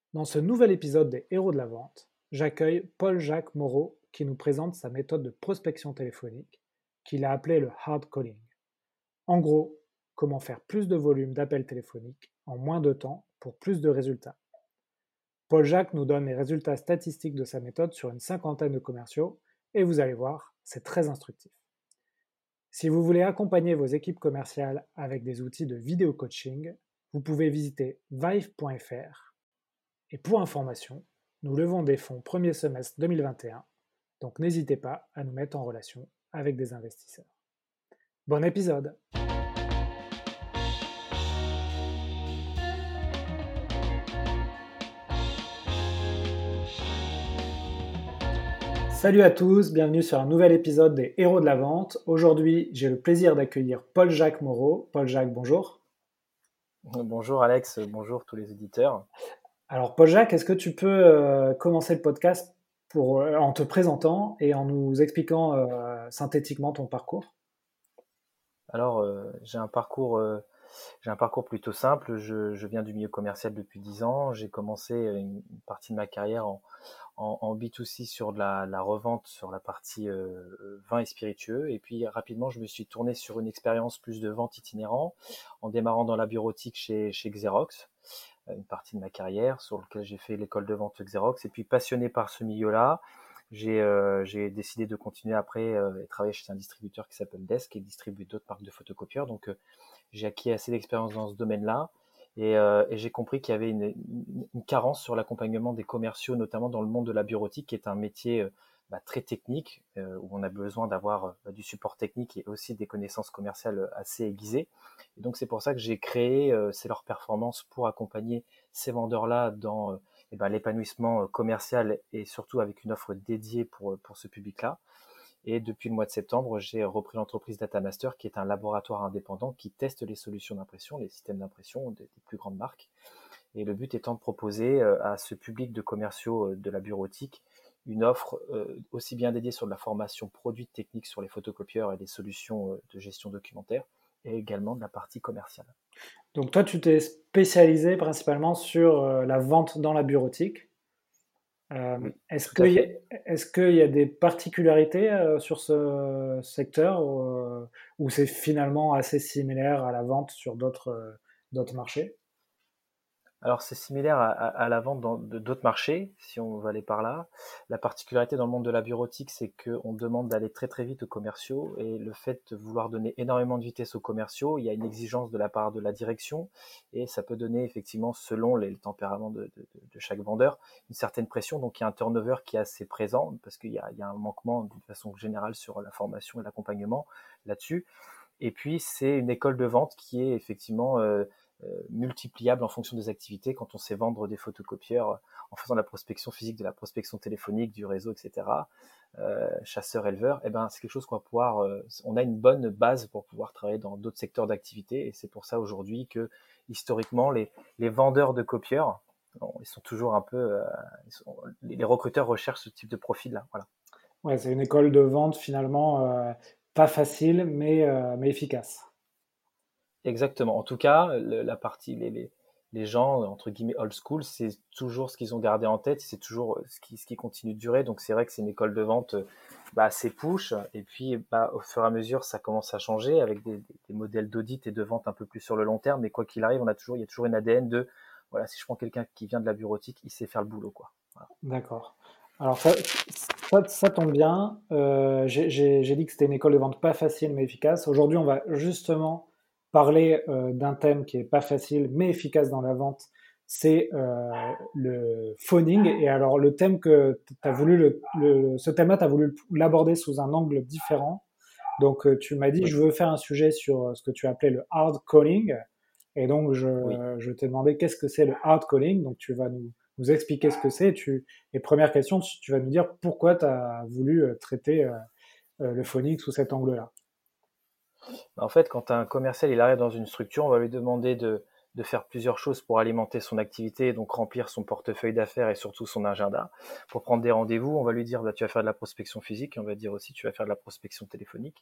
Dans ce nouvel épisode des Héros de la Vente, j'accueille Paul-Jacques Moreau qui nous présente sa méthode de prospection téléphonique qu'il a appelée le hard calling. En gros, comment faire plus de volume d'appels téléphoniques en moins de temps pour plus de résultats. Paul-Jacques nous donne les résultats statistiques de sa méthode sur une cinquantaine de commerciaux et vous allez voir, c'est très instructif. Si vous voulez accompagner vos équipes commerciales avec des outils de vidéo coaching, vous pouvez visiter vive.fr. Et pour information, nous levons des fonds premier semestre 2021, donc n'hésitez pas à nous mettre en relation avec des investisseurs. Bon épisode! Salut à tous, bienvenue sur un nouvel épisode des Héros de la Vente. Aujourd'hui, j'ai le plaisir d'accueillir Paul-Jacques Moreau. Paul-Jacques, bonjour. Bonjour Alex, bonjour tous les auditeurs. Alors Paul-Jacques, est-ce que tu peux commencer le podcast en te présentant et en nous expliquant synthétiquement ton parcours? Alors j'ai un parcours plutôt simple. Je viens du milieu commercial depuis 10 ans. J'ai commencé une partie de ma carrière en B2C sur de la revente sur la partie vin et spiritueux. Et puis rapidement, je me suis tourné sur une expérience plus de vente itinérant en démarrant dans la bureautique chez Xerox, une partie de ma carrière sur lequel j'ai fait l'école de vente Xerox. Et puis passionné par ce milieu-là, j'ai décidé de continuer après et travailler chez un distributeur qui s'appelle Desk et distribue d'autres marques de photocopieurs. Donc j'ai acquis assez d'expérience dans ce domaine-là et j'ai compris qu'il y avait une carence sur l'accompagnement des commerciaux, notamment dans le monde de la bureautique, qui est un métier très technique, où on a besoin d'avoir du support technique et aussi des connaissances commerciales assez aiguisées. Et donc c'est pour ça que j'ai créé C'est leur performance pour accompagner ces vendeurs-là dans l'épanouissement commercial et surtout avec une offre dédiée pour ce public-là. Et depuis le mois de septembre, j'ai repris l'entreprise Datamaster, qui est un laboratoire indépendant qui teste les solutions d'impression, les systèmes d'impression des plus grandes marques. Et le but étant de proposer à ce public de commerciaux de la bureautique une offre aussi bien dédiée sur de la formation produit technique sur les photocopieurs et des solutions de gestion documentaire, et également de la partie commerciale. Donc toi, tu t'es spécialisé principalement sur la vente dans la bureautique. Oui, Est-ce tout à fait. qu'il y a des particularités sur ce secteur ou c'est finalement assez similaire à la vente sur d'autres marchés? Alors c'est similaire à la vente de d'autres marchés, si on va aller par là. La particularité dans le monde de la bureautique, c'est qu'on demande d'aller très très vite aux commerciaux, et le fait de vouloir donner énormément de vitesse aux commerciaux, il y a une exigence de la part de la direction, et ça peut donner effectivement, selon les tempéraments de chaque vendeur, une certaine pression. Donc il y a un turnover qui est assez présent, parce qu'il y a un manquement d'une façon générale sur la formation et l'accompagnement là-dessus. Et puis, c'est une école de vente qui est effectivement multipliable en fonction des activités. Quand on sait vendre des photocopieurs en faisant de la prospection physique, de la prospection téléphonique, du réseau, etc., chasseur-éleveur, eh ben, c'est quelque chose qu'on va pouvoir, on a une bonne base pour pouvoir travailler dans d'autres secteurs d'activité. Et c'est pour ça aujourd'hui que, historiquement, les vendeurs de copieurs, bon, ils sont toujours un peu, les recruteurs recherchent ce type de profil-là. Voilà. Ouais, c'est une école de vente finalement pas facile mais efficace. Exactement. En tout cas, la partie, les gens, entre guillemets, old school, c'est toujours ce qu'ils ont gardé en tête, c'est toujours ce qui continue de durer. Donc, c'est vrai que c'est une école de vente assez push. Et puis, au fur et à mesure, ça commence à changer avec des modèles d'audit et de vente un peu plus sur le long terme. Mais quoi qu'il arrive, il y a toujours une ADN de, voilà, si je prends quelqu'un qui vient de la bureautique, il sait faire le boulot, quoi. Voilà. D'accord. Alors ça tombe bien. J'ai dit que c'était une école de vente pas facile mais efficace. Aujourd'hui, on va justement parler d'un thème qui est pas facile mais efficace dans la vente. C'est le phoning. Et alors le thème que tu as voulu, ce thème-là, tu as voulu l'aborder sous un angle différent. Donc tu m'as dit, Oui, je veux faire un sujet sur ce que tu appelais le hard calling. Et donc oui. je t'ai demandé qu'est-ce que c'est le hard calling. Donc tu vas nous expliquer ce que c'est. Et première question, tu vas nous dire pourquoi tu as voulu traiter le phoning sous cet angle-là. En fait, quand un commercial il arrive dans une structure, on va lui demander de faire plusieurs choses pour alimenter son activité, donc remplir son portefeuille d'affaires et surtout son agenda. Pour prendre des rendez-vous, on va lui dire, bah, tu vas faire de la prospection physique, et on va dire aussi, tu vas faire de la prospection téléphonique.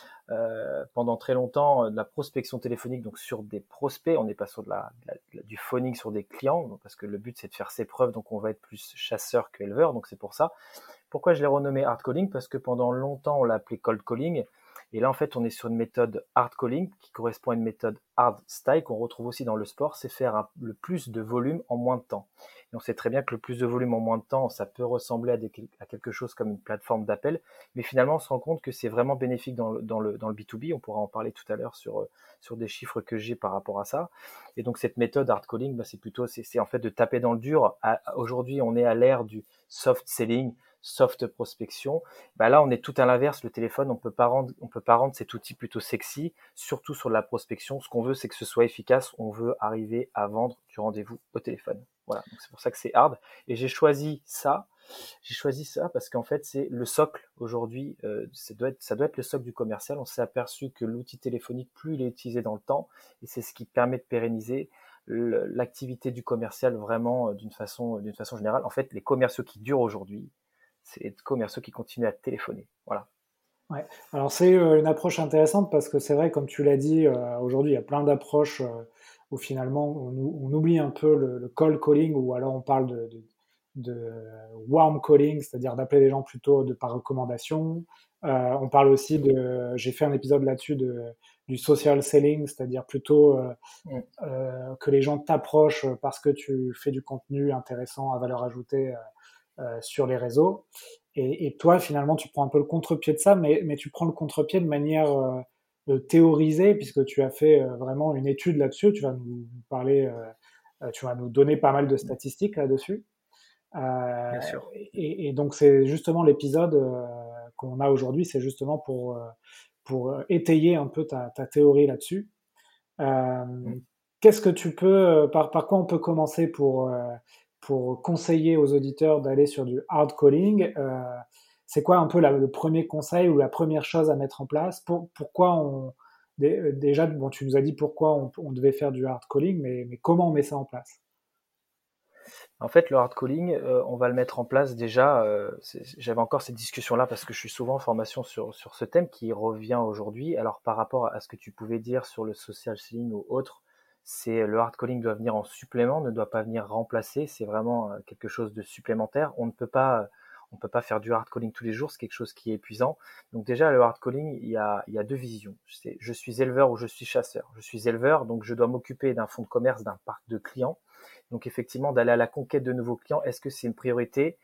Pendant très longtemps, de la prospection téléphonique, donc sur des prospects, on n'est pas sur du phoning sur des clients, donc, parce que le but c'est de faire ses preuves, donc on va être plus chasseur que éleveur, donc c'est pour ça. Pourquoi je l'ai renommé hard calling? Parce que pendant longtemps on l'a appelé cold calling, et là en fait on est sur une méthode hard calling qui correspond à une méthode hard style qu'on retrouve aussi dans le sport, c'est faire le plus de volume en moins de temps. Et on sait très bien que le plus de volume en moins de temps, ça peut ressembler à quelque chose comme une plateforme d'appel, mais finalement on se rend compte que c'est vraiment bénéfique dans le B2B. On pourra en parler tout à l'heure sur des chiffres que j'ai par rapport à ça. Et donc cette méthode hard calling, bah, c'est en fait de taper dans le dur. Aujourd'hui on est à l'ère du soft selling, soft prospection. Bah là, on est tout à l'inverse. Le téléphone, on peut pas rendre cet outil plutôt sexy, surtout sur la prospection. Ce qu'on veut, c'est que ce soit efficace. On veut arriver à vendre du rendez-vous au téléphone. Voilà. Donc c'est pour ça que c'est hard. Et j'ai choisi ça. J'ai choisi ça parce qu'en fait, c'est le socle aujourd'hui. Ça doit être le socle du commercial. On s'est aperçu que l'outil téléphonique, plus il est utilisé dans le temps, et c'est ce qui permet de pérenniser l'activité du commercial vraiment d'une façon générale. En fait, les commerciaux qui durent aujourd'hui, c'est les commerciaux qui continuent à téléphoner. Voilà. Ouais. Alors c'est une approche intéressante parce que c'est vrai, comme tu l'as dit, aujourd'hui il y a plein d'approches où finalement on oublie un peu le cold calling ou alors on parle de warm calling, c'est-à-dire d'appeler les gens plutôt par recommandation. On parle aussi j'ai fait un épisode là-dessus du social selling, c'est-à-dire plutôt Mm. que les gens t'approchent parce que tu fais du contenu intéressant à valeur ajoutée sur les réseaux. Et toi, finalement, tu prends un peu le contre-pied de ça, mais tu prends le contre-pied de manière théorisée, puisque tu as fait vraiment une étude là-dessus. Tu vas nous parler, tu vas nous donner pas mal de statistiques là-dessus. Euh, Bien sûr. et donc, c'est justement l'épisode qu'on a aujourd'hui, c'est justement pour étayer un peu ta théorie là-dessus. Euh, Mm. Qu'est-ce que tu peux, par quoi on peut commencer pour conseiller aux auditeurs d'aller sur du hard calling? C'est quoi un peu le premier conseil ou la première chose à mettre en place? Pourquoi déjà, bon, tu nous as dit pourquoi on devait faire du hard calling, mais comment on met ça en place? En fait, le hard calling, on va le mettre en place déjà. J'avais encore cette discussion-là parce que je suis souvent en formation sur ce thème qui revient aujourd'hui. Alors, par rapport à ce que tu pouvais dire sur le social selling ou autre, c'est le hard calling doit venir en supplément, ne doit pas venir remplacer. C'est vraiment quelque chose de supplémentaire. On ne peut pas faire du hard calling tous les jours. C'est quelque chose qui est épuisant. Donc déjà, le hard calling, il y a deux visions. Je suis éleveur ou je suis chasseur. Je suis éleveur, donc je dois m'occuper d'un fonds de commerce, d'un parc de clients. Donc effectivement, d'aller à la conquête de nouveaux clients, est-ce que c'est une priorité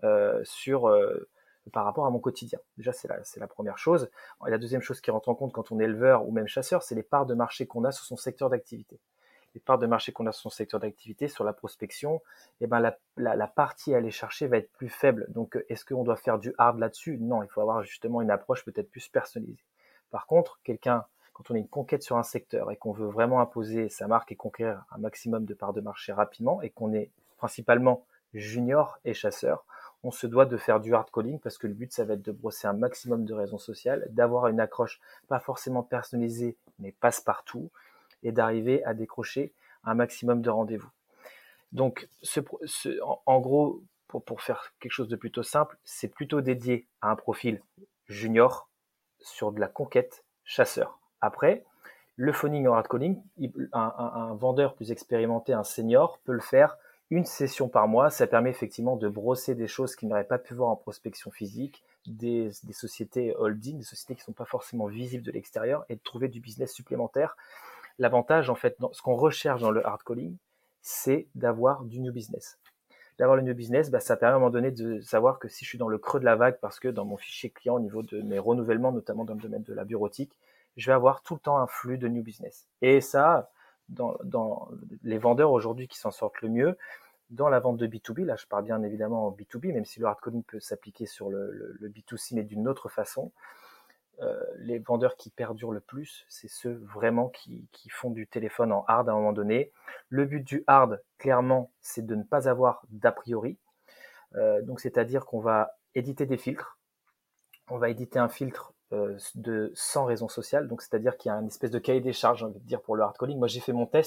par rapport à mon quotidien? Déjà, c'est la première chose. Et la deuxième chose qui rentre en compte quand on est éleveur ou même chasseur, c'est les parts de marché qu'on a sur son secteur d'activité. Les parts de marché qu'on a sur son secteur d'activité, sur la prospection, eh ben la partie à aller chercher va être plus faible. Donc, est-ce qu'on doit faire du hard là-dessus? Non, il faut avoir justement une approche peut-être plus personnalisée. Par contre, quand on est une conquête sur un secteur et qu'on veut vraiment imposer sa marque et conquérir un maximum de parts de marché rapidement et qu'on est principalement junior et chasseur, on se doit de faire du hard calling parce que le but, ça va être de brosser un maximum de raisons sociales, d'avoir une accroche pas forcément personnalisée, mais passe-partout, et d'arriver à décrocher un maximum de rendez-vous. Donc, en gros, pour faire quelque chose de plutôt simple, c'est plutôt dédié à un profil junior sur de la conquête chasseur. Après, le phoning ou hard calling, un vendeur plus expérimenté, un senior, peut le faire une session par mois. Ça permet effectivement de brosser des choses qu'il n'aurait pas pu voir en prospection physique, des sociétés holding, des sociétés qui ne sont pas forcément visibles de l'extérieur, et de trouver du business supplémentaire. L'avantage, en fait, ce qu'on recherche dans le hard calling, c'est d'avoir du new business. D'avoir le new business, bah, ça permet à un moment donné de savoir que si je suis dans le creux de la vague, parce que dans mon fichier client, au niveau de mes renouvellements, notamment dans le domaine de la bureautique, je vais avoir tout le temps un flux de new business. Et ça, dans les vendeurs aujourd'hui qui s'en sortent le mieux, dans la vente de B2B, là je parle bien évidemment en B2B, même si le hard calling peut s'appliquer sur le B2C, mais d'une autre façon, les vendeurs qui perdurent le plus, c'est ceux vraiment qui font du téléphone en hard à un moment donné. Le but du hard, clairement, c'est de ne pas avoir d'a priori. Donc, c'est-à-dire qu'on va éditer des filtres. On va éditer un filtre de 100 raisons sociales. Donc, c'est-à-dire qu'il y a une espèce de cahier des charges, j'ai envie de dire, pour le hard calling. Moi, j'ai fait mon test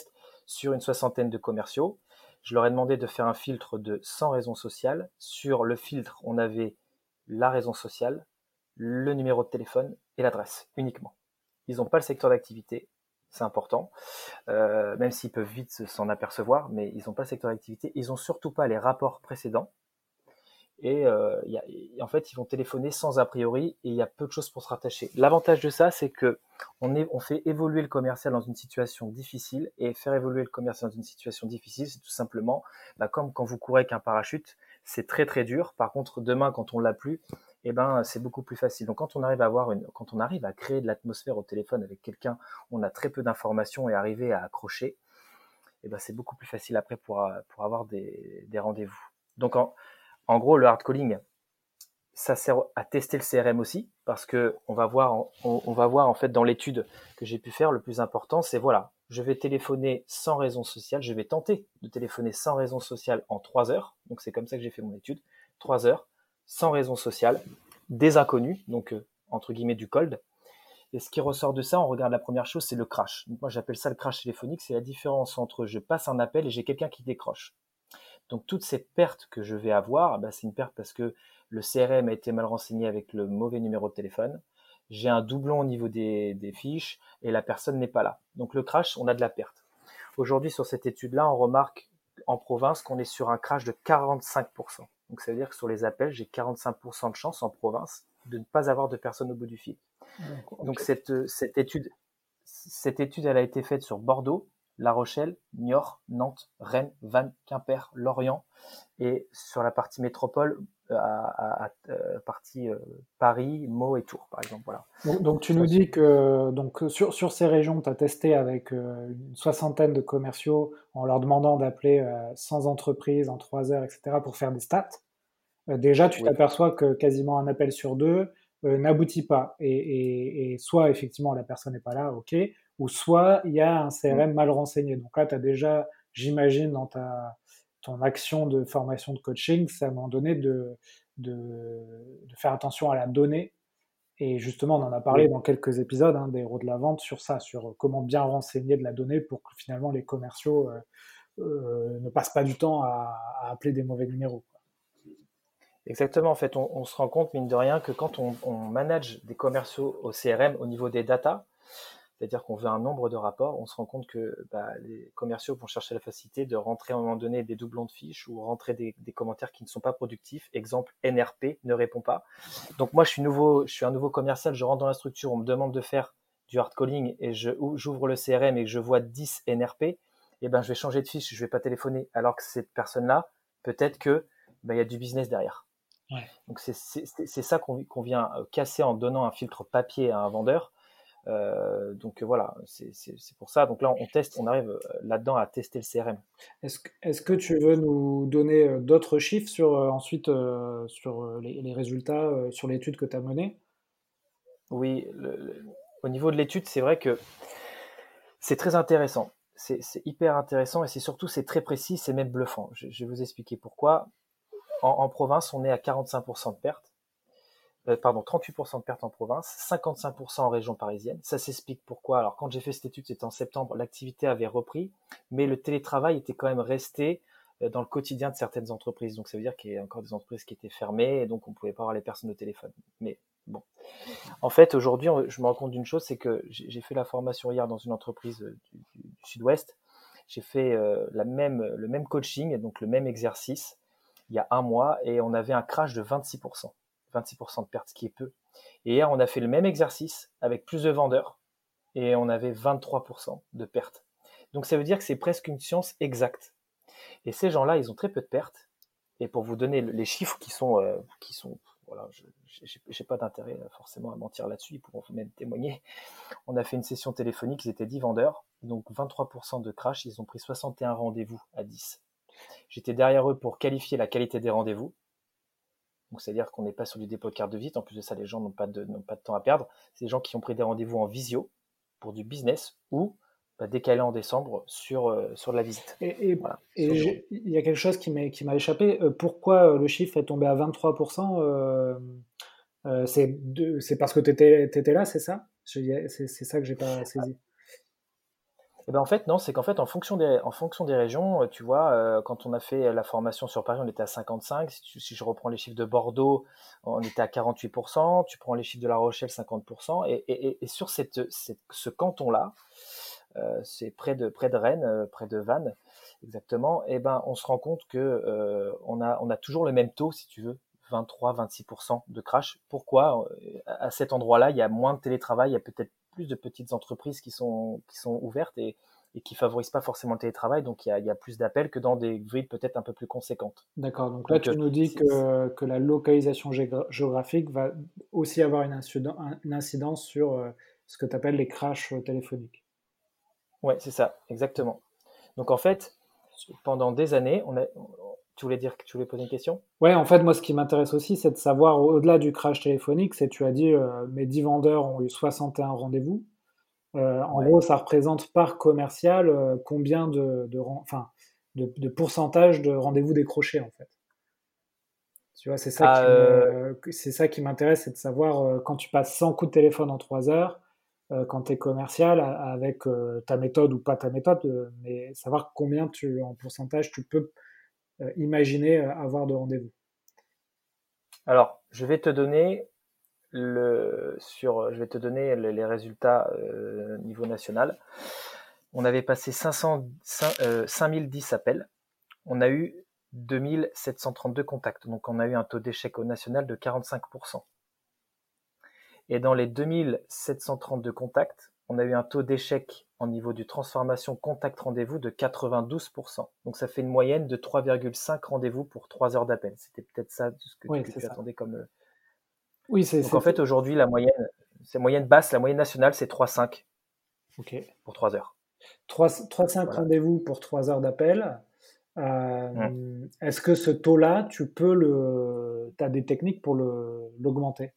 sur une soixantaine de commerciaux. Je leur ai demandé de faire un filtre de 100 raisons sociales. Sur le filtre, on avait la raison sociale, le numéro de téléphone et l'adresse uniquement. Ils n'ont pas le secteur d'activité, c'est important, même s'ils peuvent vite s'en apercevoir, mais ils n'ont pas le secteur d'activité. Ils n'ont surtout pas les rapports précédents. Et en fait, ils vont téléphoner sans a priori et il y a peu de choses pour se rattacher. L'avantage de ça, c'est que on fait évoluer le commercial dans une situation difficile, et faire évoluer le commercial dans une situation difficile, c'est tout simplement comme quand vous courez avec un parachute, c'est très très dur. Par contre, demain, quand on l'a plus, c'est beaucoup plus facile. Donc, quand on arrive à créer de l'atmosphère au téléphone avec quelqu'un, on a très peu d'informations et arriver à accrocher, c'est beaucoup plus facile après pour avoir des rendez-vous. Donc, en gros, le hard calling, ça sert à tester le CRM aussi, parce que on va voir en fait dans l'étude que j'ai pu faire, le plus important, c'est voilà, je vais téléphoner sans raison sociale, je vais tenter de téléphoner sans raison sociale en 3 heures. Donc c'est comme ça que j'ai fait mon étude, 3 heures, sans raison sociale, des inconnus, donc entre guillemets du cold. Et ce qui ressort de ça, on regarde la première chose, c'est le crash. Donc moi j'appelle ça le crash téléphonique, c'est la différence entre je passe un appel et j'ai quelqu'un qui décroche. Donc toute cette perte que je vais avoir, c'est une perte parce que le CRM a été mal renseigné avec le mauvais numéro de téléphone. J'ai un doublon au niveau des fiches et la personne n'est pas là. Donc le crash, on a de la perte. Aujourd'hui, sur cette étude-là, on remarque en province qu'on est sur un crash de 45%. Donc ça veut dire que sur les appels, j'ai 45% de chance en province de ne pas avoir de personne au bout du fil. Okay. Donc cette étude, elle a été faite sur Bordeaux, La Rochelle, Niort, Nantes, Rennes, Vannes, Quimper, Lorient, et sur la partie métropole, partie Paris, Meaux et Tours, par exemple. Voilà. Donc tu nous dis que sur ces régions, tu as testé avec une soixantaine de commerciaux en leur demandant d'appeler 100 entreprises en 3 heures, etc., pour faire des stats. Déjà, tu Oui. t'aperçois que quasiment un appel sur deux n'aboutit pas. Et soit effectivement la personne n'est pas là, ok, ou soit il y a un CRM mal renseigné. Donc là, tu as déjà, j'imagine, dans ton action de formation de coaching, c'est à un moment donné de faire attention à la donnée. Et justement, on en a parlé Oui. dans quelques épisodes des héros de la vente sur ça, sur comment bien renseigner de la donnée pour que finalement les commerciaux ne passent pas du temps à appeler des mauvais numéros. Exactement. En fait, on se rend compte, mine de rien, que quand on manage des commerciaux au CRM au niveau des data, c'est-à-dire qu'on veut un nombre de rapports, on se rend compte que les commerciaux vont chercher la facilité de rentrer à un moment donné des doublons de fiches ou rentrer des commentaires qui ne sont pas productifs. Exemple, NRP ne répond pas. Donc moi, je suis un nouveau commercial, je rentre dans la structure, on me demande de faire du hard calling et j'ouvre le CRM et que je vois 10 NRP, je vais changer de fiche, je vais pas téléphoner. Alors que cette personne-là, peut-être que il y a du business derrière. Ouais. Donc c'est ça qu'on vient casser en donnant un filtre papier à un vendeur. Donc voilà, c'est pour ça. Donc là, on arrive là-dedans à tester le CRM. Est-ce que tu veux nous donner d'autres chiffres sur ensuite sur les résultats sur l'étude que tu as menée? Oui, au niveau de l'étude, c'est vrai que c'est très intéressant. C'est hyper intéressant et c'est très précis, c'est même bluffant. Je vais vous expliquer pourquoi. En province, on est à 45% de pertes. 38% de pertes en province, 55% en région parisienne. Ça s'explique pourquoi. Alors, quand j'ai fait cette étude, c'était en septembre, l'activité avait repris, mais le télétravail était quand même resté dans le quotidien de certaines entreprises. Donc, ça veut dire qu'il y a encore des entreprises qui étaient fermées et donc on ne pouvait pas avoir les personnes au téléphone. Mais bon. En fait, aujourd'hui, je me rends compte d'une chose, c'est que j'ai fait la formation hier dans une entreprise du Sud-Ouest. J'ai fait le même coaching, donc le même exercice, il y a un mois, et on avait un crash de 26%. 26% de perte, ce qui est peu. Et hier, on a fait le même exercice avec plus de vendeurs et on avait 23% de perte. Donc ça veut dire que c'est presque une science exacte. Et ces gens-là, ils ont très peu de pertes. Et pour vous donner les chiffres qui sont voilà, j'ai pas d'intérêt forcément à mentir là-dessus, ils pourront même témoigner. On a fait une session téléphonique, ils étaient 10 vendeurs, donc 23% de crash, ils ont pris 61 rendez-vous à 10. J'étais derrière eux pour qualifier la qualité des rendez-vous. Donc, c'est-à-dire qu'on n'est pas sur du dépôt de carte de visite. En plus de ça, les gens n'ont pas de temps à perdre. C'est des gens qui ont pris des rendez-vous en visio pour du business ou décalé en décembre sur de la visite. Voilà, il y a quelque chose qui m'a échappé. Pourquoi le chiffre est tombé à 23%? C'est parce que tu étais là, c'est ça? C'est ça que j'ai pas saisi. Et ben en fait, non, c'est qu'en fait, en fonction des régions, tu vois, quand on a fait la formation sur Paris, on était à 55. Si je reprends les chiffres de Bordeaux, on était à 48%. Tu prends les chiffres de La Rochelle, 50%. Et sur ce canton-là, c'est près de Rennes, près de Vannes, exactement. Et ben, on se rend compte que on a toujours le même taux, si tu veux, 23-26% de crash. Pourquoi? À cet endroit-là, il y a moins de télétravail, il y a peut-être plus de petites entreprises qui sont ouvertes et qui favorisent pas forcément le télétravail, donc il y a plus d'appels que dans des villes peut-être un peu plus conséquentes. D'accord, donc là Donc, tu nous dis que la localisation géographique va aussi avoir une incidence sur ce que tu appelles les crashs téléphoniques. ouais, c'est ça, exactement. Donc en fait, pendant des années, tu voulais poser une question? Ouais, en fait, moi, ce qui m'intéresse aussi, c'est de savoir, au-delà du crash téléphonique, c'est tu as dit, mes 10 vendeurs ont eu 61 rendez-vous. En Ouais. gros, ça représente par commercial, combien enfin, de pourcentage de rendez-vous décrochés, en fait? Tu vois, Ah, c'est ça qui m'intéresse, c'est de savoir, quand tu passes 100 coups de téléphone en 3 heures, quand tu es commercial avec, ta méthode ou pas ta méthode, mais savoir combien en pourcentage, tu peux, imaginer, avoir de rendez-vous. alors, je vais te donner les résultats niveau national. On avait passé 5010 appels. On a eu 2732 contacts. Donc, on a eu un taux d'échec au national de 45%. Et dans les 2732 contacts, on a eu un taux d'échec au niveau du transformation contact rendez-vous de 92%. Donc, ça fait une moyenne de 3,5 rendez-vous pour 3 heures d'appel. C'était peut-être ça ce que, Oui, que c'est tu ça. attendais comme. Oui, Donc, en fait, aujourd'hui, c'est moyenne basse, la moyenne nationale, c'est 3,5 OK. pour 3 heures. 3-5 Voilà. rendez-vous pour 3 heures d'appel. Mm. Est-ce que ce taux-là, tu as des techniques pour l'augmenter?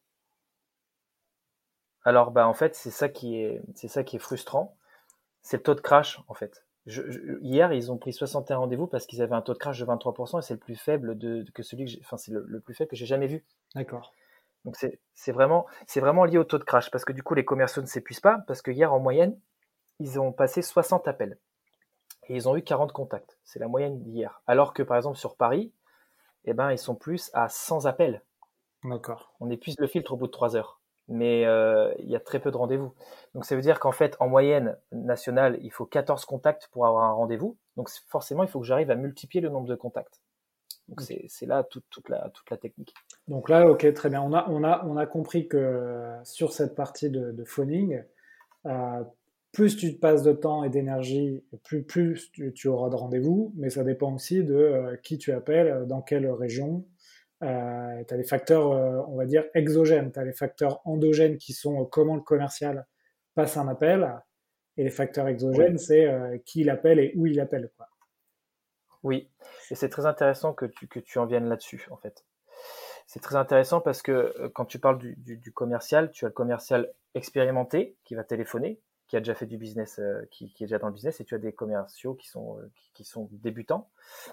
Alors, bah, en fait, c'est ça qui est frustrant. C'est le taux de crash, en fait. Hier, ils ont pris 61 rendez-vous parce qu'ils avaient un taux de crash de 23% et c'est le plus faible que celui que enfin, c'est le plus faible que j'ai jamais vu. D'accord. Donc, c'est vraiment lié au taux de crash parce que du coup, les commerciaux ne s'épuisent pas parce que hier, en moyenne, ils ont passé 60 appels et ils ont eu 40 contacts. C'est la moyenne d'hier. Alors que, par exemple, sur Paris, eh ben, ils sont plus à 100 appels. D'accord. On épuise le filtre au bout de 3 heures. Mais il y a très peu de rendez-vous. Donc ça veut dire qu'en fait, en moyenne nationale, il faut 14 contacts pour avoir un rendez-vous. Donc forcément, il faut que j'arrive à multiplier le nombre de contacts. Donc OK. c'est là toute la technique. Donc là, OK, très bien. On a compris que sur cette partie de phoning, euh, plus tu te passes de temps et d'énergie, plus tu auras de rendez-vous, mais ça dépend aussi de qui tu appelles, dans quelle région. Tu as les facteurs, on va dire, exogènes. Tu as les facteurs endogènes qui sont comment le commercial passe un appel, et les facteurs Oui, exogènes, c'est qui il appelle et où il appelle, quoi. oui. Et c'est très intéressant que tu en viennes là-dessus, en fait. C'est très intéressant parce que quand tu parles du commercial, tu as le commercial expérimenté qui va téléphoner, qui a déjà fait du business, qui est déjà dans le business, et tu as des commerciaux qui sont débutants.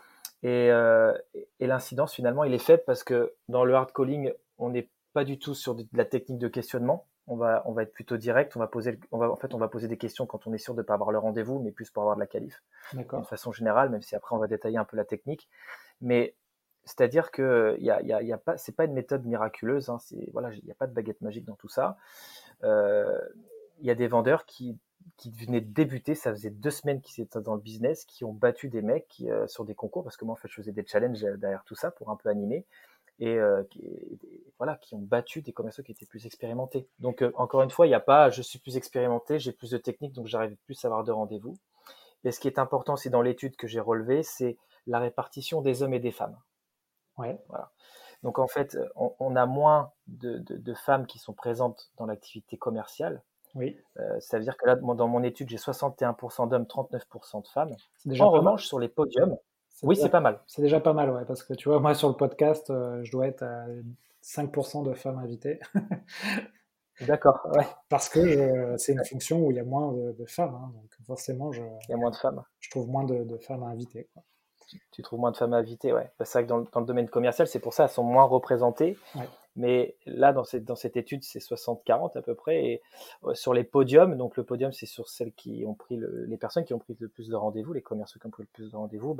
Et l'incidence, finalement, il est faible parce que dans le hard calling, on n'est pas du tout sur de la technique de questionnement. On va être plutôt direct. En fait, on va poser des questions quand on est sûr de ne pas avoir le rendez-vous, mais plus pour avoir de la qualif, d'une D'accord. façon générale, même si après on va détailler un peu la technique. Mais c'est-à-dire que y a pas, c'est pas une méthode miraculeuse. Hein, voilà, il n'y a pas de baguette magique dans tout ça. Euh, Il y a des vendeurs qui venaient de débuter, ça faisait 2 semaines qu'ils étaient dans le business, qui ont battu des mecs sur des concours, parce que moi en fait je faisais des challenges derrière tout ça pour un peu animer, voilà, qui ont battu des commerciaux qui étaient plus expérimentés. Donc encore une fois, il n'y a pas je suis plus expérimenté, j'ai plus de technique, donc j'arrive plus à avoir de rendez-vous. Et ce qui est important aussi dans l'étude que j'ai relevée, c'est la répartition des hommes et des femmes. Ouais. Voilà. Donc en fait, on a moins de femmes qui sont présentes dans l'activité commerciale. Oui. Ça veut dire que là, dans mon étude, j'ai 61% d'hommes, 39% de femmes. C'est déjà En pas mal. revanche, sur les podiums, C'est oui, déjà, c'est pas mal. c'est déjà pas mal, ouais, parce que tu vois, moi sur le podcast, je dois être à 5% de femmes invitées, D'accord, ouais, parce que c'est une fonction où il y a moins de femmes, hein, donc forcément, il y a moins de femmes. je trouve moins de femmes à inviter, quoi. Tu trouves moins de femmes à inviter, ouais. Bah, c'est vrai que dans le domaine commercial, c'est pour ça, elles sont moins représentées. Ouais. Mais là, dans cette étude, c'est 60-40 à peu près. Et sur les podiums, donc le podium, c'est sur celles qui ont pris les personnes qui ont pris le plus de rendez-vous, les commerciaux qui ont pris le plus de rendez-vous,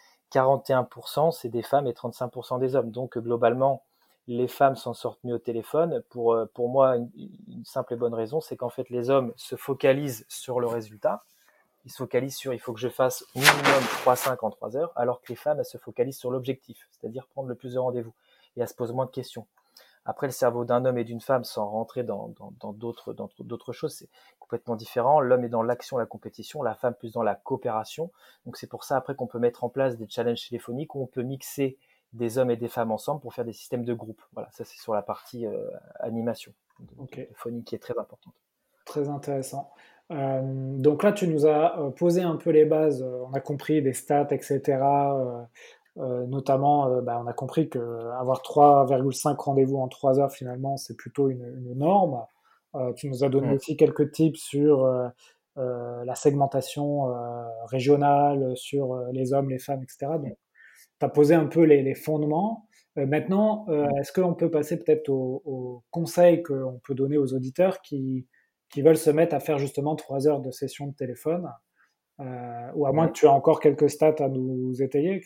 41% c'est des femmes et 35% des hommes. Donc globalement, les femmes s'en sortent mieux au téléphone. Pour moi, une simple et bonne raison, c'est qu'en fait, les hommes se focalisent sur le résultat. Ils se focalisent sur il faut que je fasse minimum 3-5 en 3 heures, alors que les femmes, elles se focalisent sur l'objectif, c'est-à-dire prendre le plus de rendez-vous. Et elles se posent moins de questions. Après, le cerveau d'un homme et d'une femme, sans rentrer dans d'autres choses, c'est complètement différent. L'homme est dans l'action, la compétition, la femme plus dans la coopération. Donc c'est pour ça après qu'on peut mettre en place des challenges téléphoniques où on peut mixer des hommes et des femmes ensemble pour faire des systèmes de groupe. Voilà, ça c'est sur la partie animation Ok, de phonique qui est très importante. très intéressant. Donc là, tu nous as posé un peu les bases. On a compris des stats, etc. Notamment, on a compris que avoir 3,5 rendez-vous en 3 heures, finalement, c'est plutôt une norme. Tu nous as donné Mm. aussi quelques tips sur la segmentation régionale, sur les hommes, les femmes, etc. Donc, tu as posé un peu les fondements. Maintenant, Mm. est-ce qu'on peut passer peut-être aux conseils qu'on peut donner aux auditeurs qui veulent se mettre à faire justement 3 heures de session de téléphone, ou à moins Mm. que tu aies encore quelques stats à nous étayer,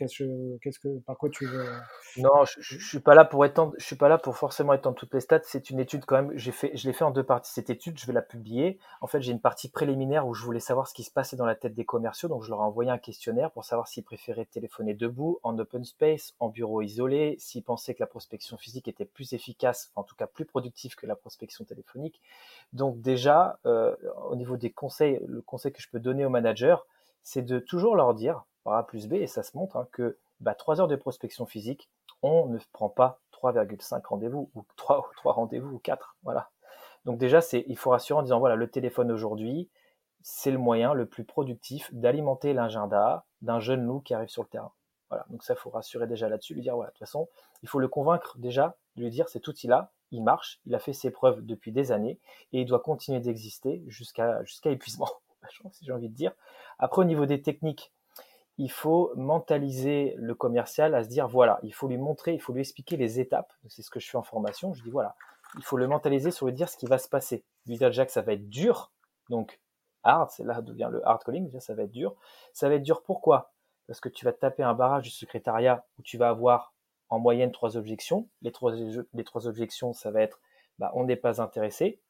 par quoi tu veux. Non, je suis pas là pour étendre, je suis pas là pour forcément étendre toutes les stats. C'est une étude quand même. Je l'ai fait en deux parties. Cette étude, je vais la publier. En fait, j'ai une partie préliminaire où je voulais savoir ce qui se passait dans la tête des commerciaux. Donc, je leur ai envoyé un questionnaire pour savoir s'ils préféraient téléphoner debout, en open space, en bureau isolé, s'ils pensaient que la prospection physique était plus efficace, enfin, en tout cas plus productive que la prospection téléphonique. Donc, déjà, au niveau des conseils, le conseil que je peux donner aux managers, c'est de toujours leur dire, par A plus B, et ça se montre, hein, que 3 heures de prospection physique, on ne prend pas 3,5 rendez-vous ou 3 rendez-vous ou 4. Voilà. Donc déjà, il faut rassurer en disant, voilà, le téléphone aujourd'hui, c'est le moyen le plus productif d'alimenter l'agenda d'un jeune loup qui arrive sur le terrain. Voilà. Donc ça, il faut rassurer déjà là-dessus, lui dire, voilà, de toute façon, il faut le convaincre déjà, de lui dire, cet outil-là, il marche, il a fait ses preuves depuis des années et il doit continuer d'exister jusqu'à épuisement, si j'ai envie de dire. Après, au niveau des techniques, il faut mentaliser le commercial à se dire, voilà, il faut lui montrer, il faut lui expliquer les étapes. C'est ce que je fais en formation. Je dis, voilà, il faut le mentaliser sur lui dire ce qui va se passer. Lui dire déjà que ça va être dur. Donc, hard, c'est là d'où vient le hard calling. Déjà, ça va être dur. Ça va être dur pourquoi? Parce que tu vas taper un barrage du secrétariat où tu vas avoir en moyenne 3 objections. Les trois objections, ça va être, on n'est pas intéressé,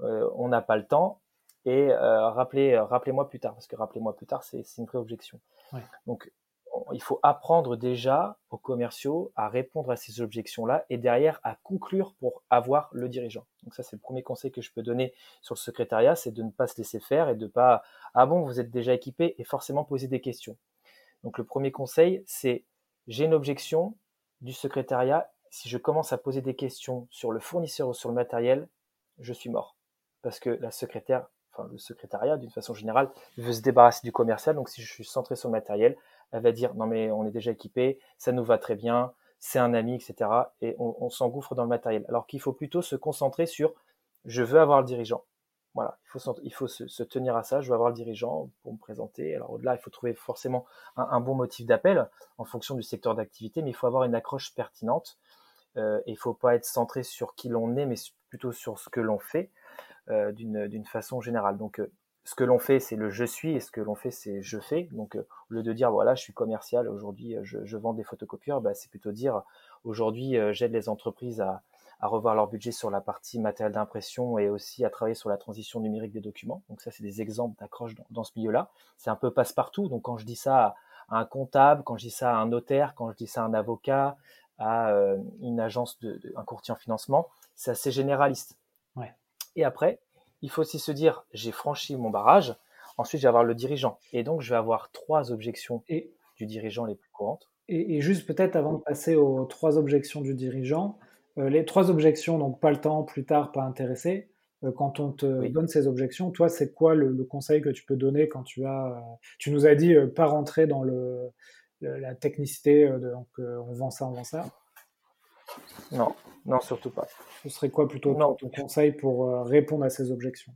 on n'a pas le temps, et rappelez-moi plus tard, parce que rappelez-moi plus tard, c'est une vraie objection. Ouais. Donc, il faut apprendre déjà aux commerciaux à répondre à ces objections-là et derrière à conclure pour avoir le dirigeant. Donc ça, c'est le premier conseil que je peux donner sur le secrétariat, c'est de ne pas se laisser faire et de pas, ah bon, vous êtes déjà équipé, et forcément poser des questions. Donc le premier conseil, c'est j'ai une objection du secrétariat. Si je commence à poser des questions sur le fournisseur ou sur le matériel, je suis mort. Parce que le secrétariat, d'une façon générale, veut se débarrasser du commercial. Donc si je suis centré sur le matériel, elle va dire non mais on est déjà équipé, ça nous va très bien, c'est un ami, etc. Et on s'engouffre dans le matériel. Alors qu'il faut plutôt se concentrer sur je veux avoir le dirigeant. Voilà, il faut se tenir à ça. Je veux avoir le dirigeant pour me présenter. Alors au-delà, il faut trouver forcément un bon motif d'appel en fonction du secteur d'activité, mais il faut avoir une accroche pertinente. Et il ne faut pas être centré sur qui l'on est, mais plutôt sur ce que l'on fait d'une façon générale. Donc ce que l'on fait, c'est le je suis, et ce que l'on fait, c'est je fais. Donc au lieu de dire voilà, je suis commercial, aujourd'hui je vends des photocopieurs, c'est plutôt dire aujourd'hui j'aide les entreprises à revoir leur budget sur la partie matériel d'impression et aussi à travailler sur la transition numérique des documents. Donc ça, c'est des exemples d'accroche dans ce milieu-là. C'est un peu passe-partout. Donc quand je dis ça à un comptable, quand je dis ça à un notaire, quand je dis ça à un avocat, à une agence, un courtier en financement, c'est assez généraliste. Ouais. Et après, il faut aussi se dire, j'ai franchi mon barrage, ensuite je vais avoir le dirigeant. Et donc, je vais avoir 3 objections Et, du dirigeant les plus courantes. et juste peut-être avant de passer aux 3 objections du dirigeant, les 3 objections, donc pas le temps, plus tard, pas intéressé, quand on te Oui. donne ces objections, toi, c'est quoi le conseil que tu peux donner quand tu nous as dit pas rentrer dans la technicité, donc on vend ça, on vend ça. Non, non, surtout pas. Ce serait quoi plutôt toi, Non, ton conseil pour répondre à ces objections?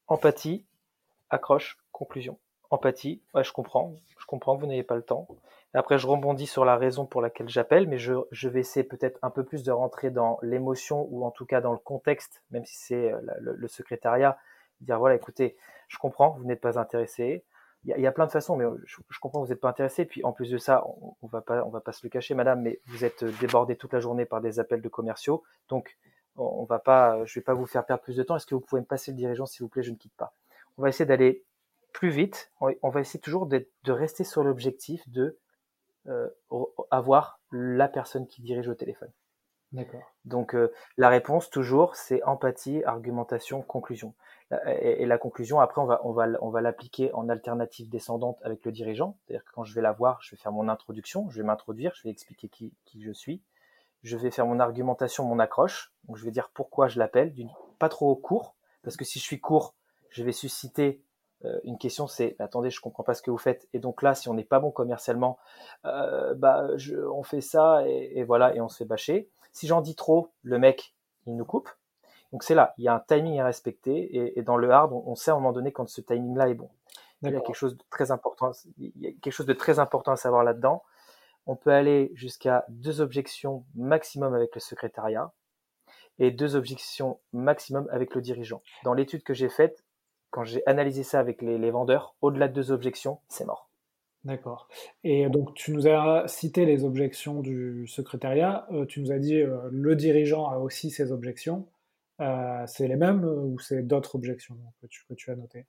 empathie, accroche, conclusion. Empathie, ouais, je comprends, vous n'avez pas le temps. Après, je rebondis sur la raison pour laquelle j'appelle, mais je vais essayer peut-être un peu plus de rentrer dans l'émotion ou en tout cas dans le contexte, même si c'est le secrétariat, dire voilà, écoutez, je comprends, vous n'êtes pas intéressé. Il y a plein de façons, mais je comprends que vous n'êtes pas intéressé. Puis en plus de ça, on va pas se le cacher, madame, mais vous êtes débordé toute la journée par des appels de commerciaux, donc on va pas, je vais pas vous faire perdre plus de temps. Est-ce que vous pouvez me passer le dirigeant, s'il vous plaît? Je ne quitte pas. On va essayer d'aller plus vite. On va essayer toujours de rester sur l'objectif de euh, avoir la personne qui dirige au téléphone. D'accord. Donc la réponse toujours, c'est empathie, argumentation, conclusion. Et la conclusion, après, on va l'appliquer en alternative descendante avec le dirigeant. C'est-à-dire que quand je vais la voir, je vais faire mon introduction, je vais m'introduire, je vais expliquer qui je suis. Je vais faire mon argumentation, mon accroche. Donc je vais dire pourquoi je l'appelle, pas trop court, parce que si je suis court, je vais susciter une question, c'est attendez, je comprends pas ce que vous faites. Et donc là, si on n'est pas bon commercialement, on fait ça et voilà, et on se fait bâcher. Si j'en dis trop, le mec, il nous coupe. Donc c'est là, il y a un timing à respecter et dans le hard, on sait à un moment donné quand ce timing-là est bon. Il y a quelque D'accord. chose de très important, il y a quelque chose de très important à savoir là-dedans. On peut aller jusqu'à 2 objections maximum avec le secrétariat et 2 objections maximum avec le dirigeant. Dans l'étude que j'ai faite, quand j'ai analysé ça avec les vendeurs, au-delà de 2 objections, c'est mort. D'accord. Et donc, tu nous as cité les objections du secrétariat. Tu nous as dit le dirigeant a aussi ses objections. C'est les mêmes ou c'est d'autres objections que tu as notées?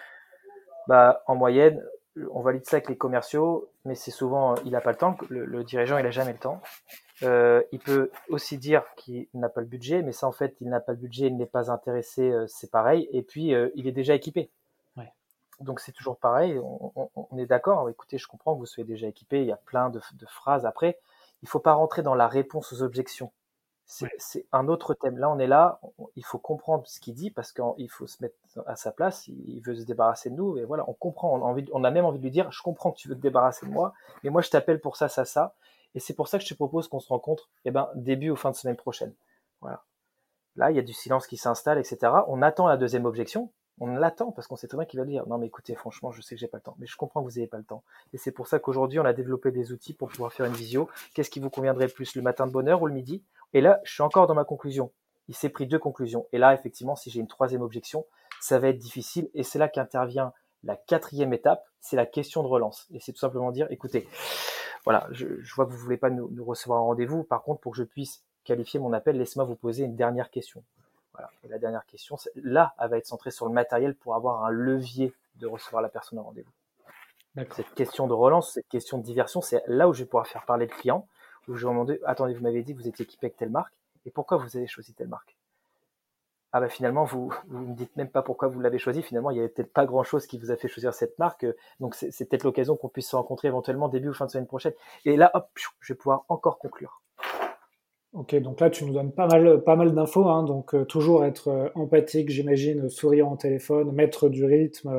Bah, en moyenne, on valide ça avec les commerciaux, mais c'est souvent, il n'a pas le temps, le dirigeant, il n'a jamais le temps. Il peut aussi dire qu'il n'a pas le budget, mais ça, en fait, il n'a pas le budget, il n'est pas intéressé, c'est pareil. Et puis, il est déjà équipé. Ouais. Donc, c'est toujours pareil. On est d'accord. Écoutez, je comprends que vous soyez déjà équipé. Il y a plein de phrases. Après, il ne faut pas rentrer dans la réponse aux objections. Ouais. C'est un autre thème. Là, on est là, il faut comprendre ce qu'il dit parce qu'il faut se mettre à sa place. Il veut se débarrasser de nous et voilà, on comprend. On a même envie de lui dire, je comprends que tu veux te débarrasser de moi, mais moi je t'appelle pour ça, ça, ça. Et c'est pour ça que je te propose qu'on se rencontre, début ou fin de semaine prochaine. Voilà. Là, il y a du silence qui s'installe, etc. On attend la deuxième objection. On l'attend parce qu'on sait très bien qu'il va dire non mais écoutez franchement je sais que j'ai pas le temps mais je comprends que vous n'avez pas le temps et c'est pour ça qu'aujourd'hui on a développé des outils pour pouvoir faire une visio. Qu'est-ce qui vous conviendrait le plus, le matin de bonne heure ou le midi? Et là je suis encore dans ma conclusion, il s'est pris 2 conclusions et là effectivement si j'ai une troisième objection ça va être difficile et c'est là qu'intervient la quatrième étape, c'est la question de relance et c'est tout simplement dire écoutez voilà je vois que vous voulez pas nous recevoir en rendez-vous, par contre pour que je puisse qualifier mon appel laissez-moi vous poser une dernière question. Voilà. Et la dernière question, là, elle va être centrée sur le matériel pour avoir un levier de recevoir la personne en rendez-vous. D'accord. Cette question de relance, cette question de diversion, c'est là où je vais pouvoir faire parler le client, où je vais demander, attendez, vous m'avez dit que vous étiez équipé avec telle marque, et pourquoi vous avez choisi telle marque? Ah bah finalement, vous me dites même pas pourquoi vous l'avez choisi, finalement, il y avait peut-être pas grand-chose qui vous a fait choisir cette marque, donc c'est peut-être l'occasion qu'on puisse se rencontrer éventuellement début ou fin de semaine prochaine. Et là, hop, je vais pouvoir encore conclure. Ok, donc là tu nous donnes pas mal d'infos, hein, donc toujours être empathique, j'imagine, souriant au téléphone, mettre du rythme,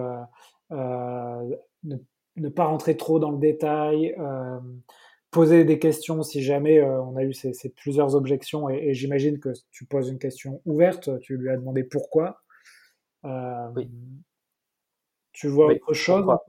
ne, ne pas rentrer trop dans le détail, poser des questions si jamais on a eu ces plusieurs objections et j'imagine que tu poses une question ouverte, tu lui as demandé pourquoi. Euh, Oui, Tu vois oui, autre chose? pourquoi?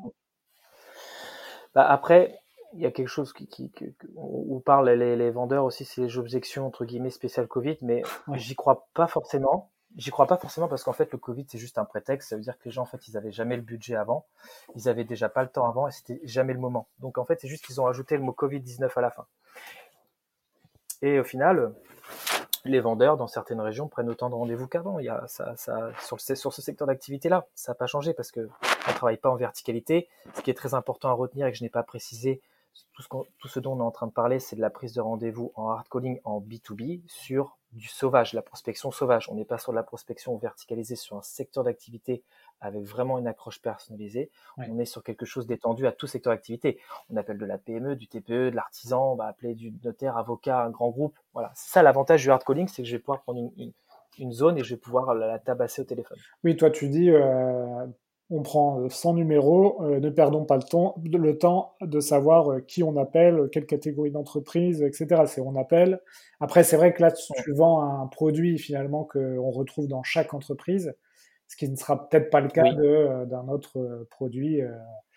Bah après, il y a quelque chose où parlent les vendeurs aussi, c'est les objections entre guillemets spéciales Covid, mais Ouais, j'y crois pas forcément. J'y crois pas forcément parce qu'en fait le Covid c'est juste un prétexte. Ça veut dire que les gens en fait ils avaient jamais le budget avant, ils avaient déjà pas le temps avant et c'était jamais le moment. Donc en fait c'est juste qu'ils ont ajouté le mot Covid-19 à la fin. Et au final, les vendeurs dans certaines régions prennent autant de rendez-vous qu'avant. Il y a sur ce secteur d'activité-là, ça n'a pas changé parce que on travaille pas en verticalité. Ce qui est très important à retenir et que je n'ai pas précisé, tout ce dont on est en train de parler, c'est de la prise de rendez-vous en hard calling en B2B sur du sauvage, la prospection sauvage. On n'est pas sur de la prospection verticalisée sur un secteur d'activité avec vraiment une accroche personnalisée. ouais. On est sur quelque chose d'étendu à tout secteur d'activité. On appelle de la PME, du TPE, de l'artisan, on va appeler du notaire, avocat, un grand groupe. Voilà, c'est ça l'avantage du hard calling, c'est que je vais pouvoir prendre une zone et je vais pouvoir la tabasser au téléphone. Oui, toi tu dis, on prend 100 numéros, ne perdons pas le temps de savoir qui on appelle, quelle catégorie d'entreprise, etc. C'est on appelle. Après, c'est vrai que là, tu vends un produit finalement qu'on retrouve dans chaque entreprise, ce qui ne sera peut-être pas le cas Oui, d'un autre produit.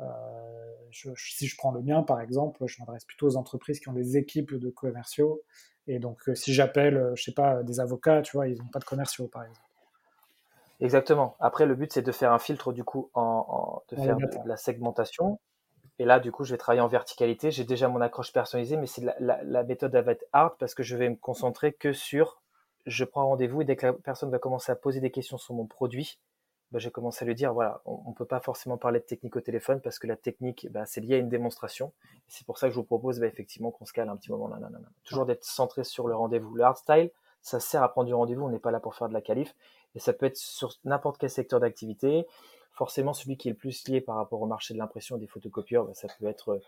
Si je prends le mien, par exemple, je m'adresse plutôt aux entreprises qui ont des équipes de commerciaux. Et donc, si j'appelle, je sais pas, des avocats, tu vois, ils n'ont pas de commerciaux, par exemple. Exactement. Après, le but, c'est de faire un filtre, du coup, de Dans les faire data. de la segmentation. Et là, du coup, je vais travailler en verticalité. J'ai déjà mon accroche personnalisée, mais c'est la méthode, elle va être hard parce que je vais me concentrer que sur je prends rendez-vous et dès que la personne va commencer à poser des questions sur mon produit, bah, j'ai commencé à lui dire voilà, on ne peut pas forcément parler de technique au téléphone parce que la technique, bah, c'est lié à une démonstration. C'est pour ça que je vous propose bah, effectivement qu'on se cale un petit moment là. Ouais. Toujours d'être centré sur le rendez-vous. Le hard style, ça sert à prendre du rendez-vous, on n'est pas là pour faire de la qualif. Et ça peut être sur n'importe quel secteur d'activité. Forcément, celui qui est le plus lié par rapport au marché de l'impression et des photocopieurs, bah, ça peut être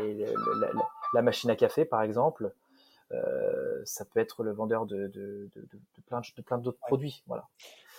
la machine à café, par exemple. Ça peut être le vendeur de plein d'autres Ouais. produits. Voilà.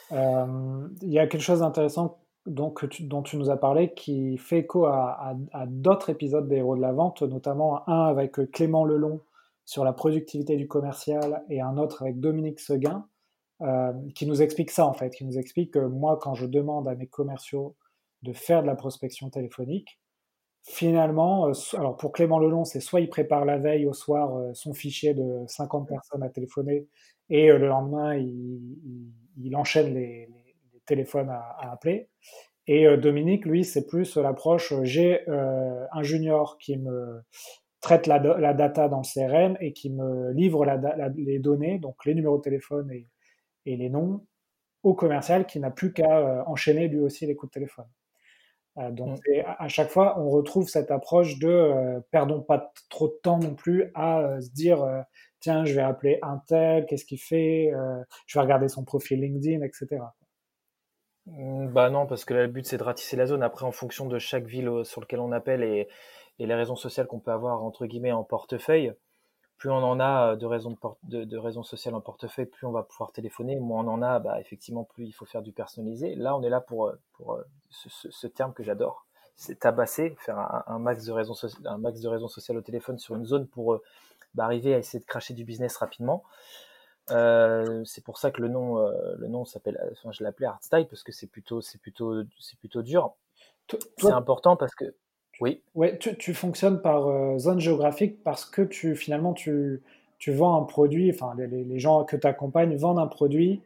Il y a quelque chose d'intéressant dont tu nous as parlé qui fait écho à d'autres épisodes des Héros de la Vente, notamment un avec Clément Lelon sur la productivité du commercial et un autre avec Dominique Seguin, qui nous explique ça en fait, qui nous explique que moi, quand je demande à mes commerciaux de faire de la prospection téléphonique, finalement, alors pour Clément Lelon, c'est soit il prépare la veille au soir son fichier de 50 personnes à téléphoner et le lendemain, il enchaîne les téléphones à appeler. Et Dominique, lui, c'est plus l'approche, j'ai un junior qui me traite la data dans le CRM et qui me livre les données, donc les numéros de téléphone et les noms, au commercial qui n'a plus qu'à enchaîner lui aussi les coups de téléphone. Donc Mm. à chaque fois, on retrouve cette approche de perdons pas trop de temps non plus à se dire tiens, je vais appeler un tel, qu'est-ce qu'il fait, je vais regarder son profil LinkedIn, etc. Bah non, parce que là, le but, c'est de ratisser la zone. Après, en fonction de chaque ville sur lequel on appelle et les raisons sociales qu'on peut avoir, entre guillemets, en portefeuille, plus on en a de raisons sociales en portefeuille, plus on va pouvoir téléphoner. Moins on en a, bah, effectivement, plus il faut faire du personnalisé. Là, on est là pour ce terme que j'adore. C'est tabasser, faire un max de un max de raisons sociales au téléphone sur une zone pour bah, arriver à essayer de cracher du business rapidement. C'est pour ça que le nom s'appelle, enfin, je l'appelais Hardstyle parce que c'est plutôt dur. C'est Toi, important parce que, oui, ouais, tu fonctionnes par zone géographique parce que finalement, tu vends un produit, enfin, les gens que tu accompagnes vendent un produit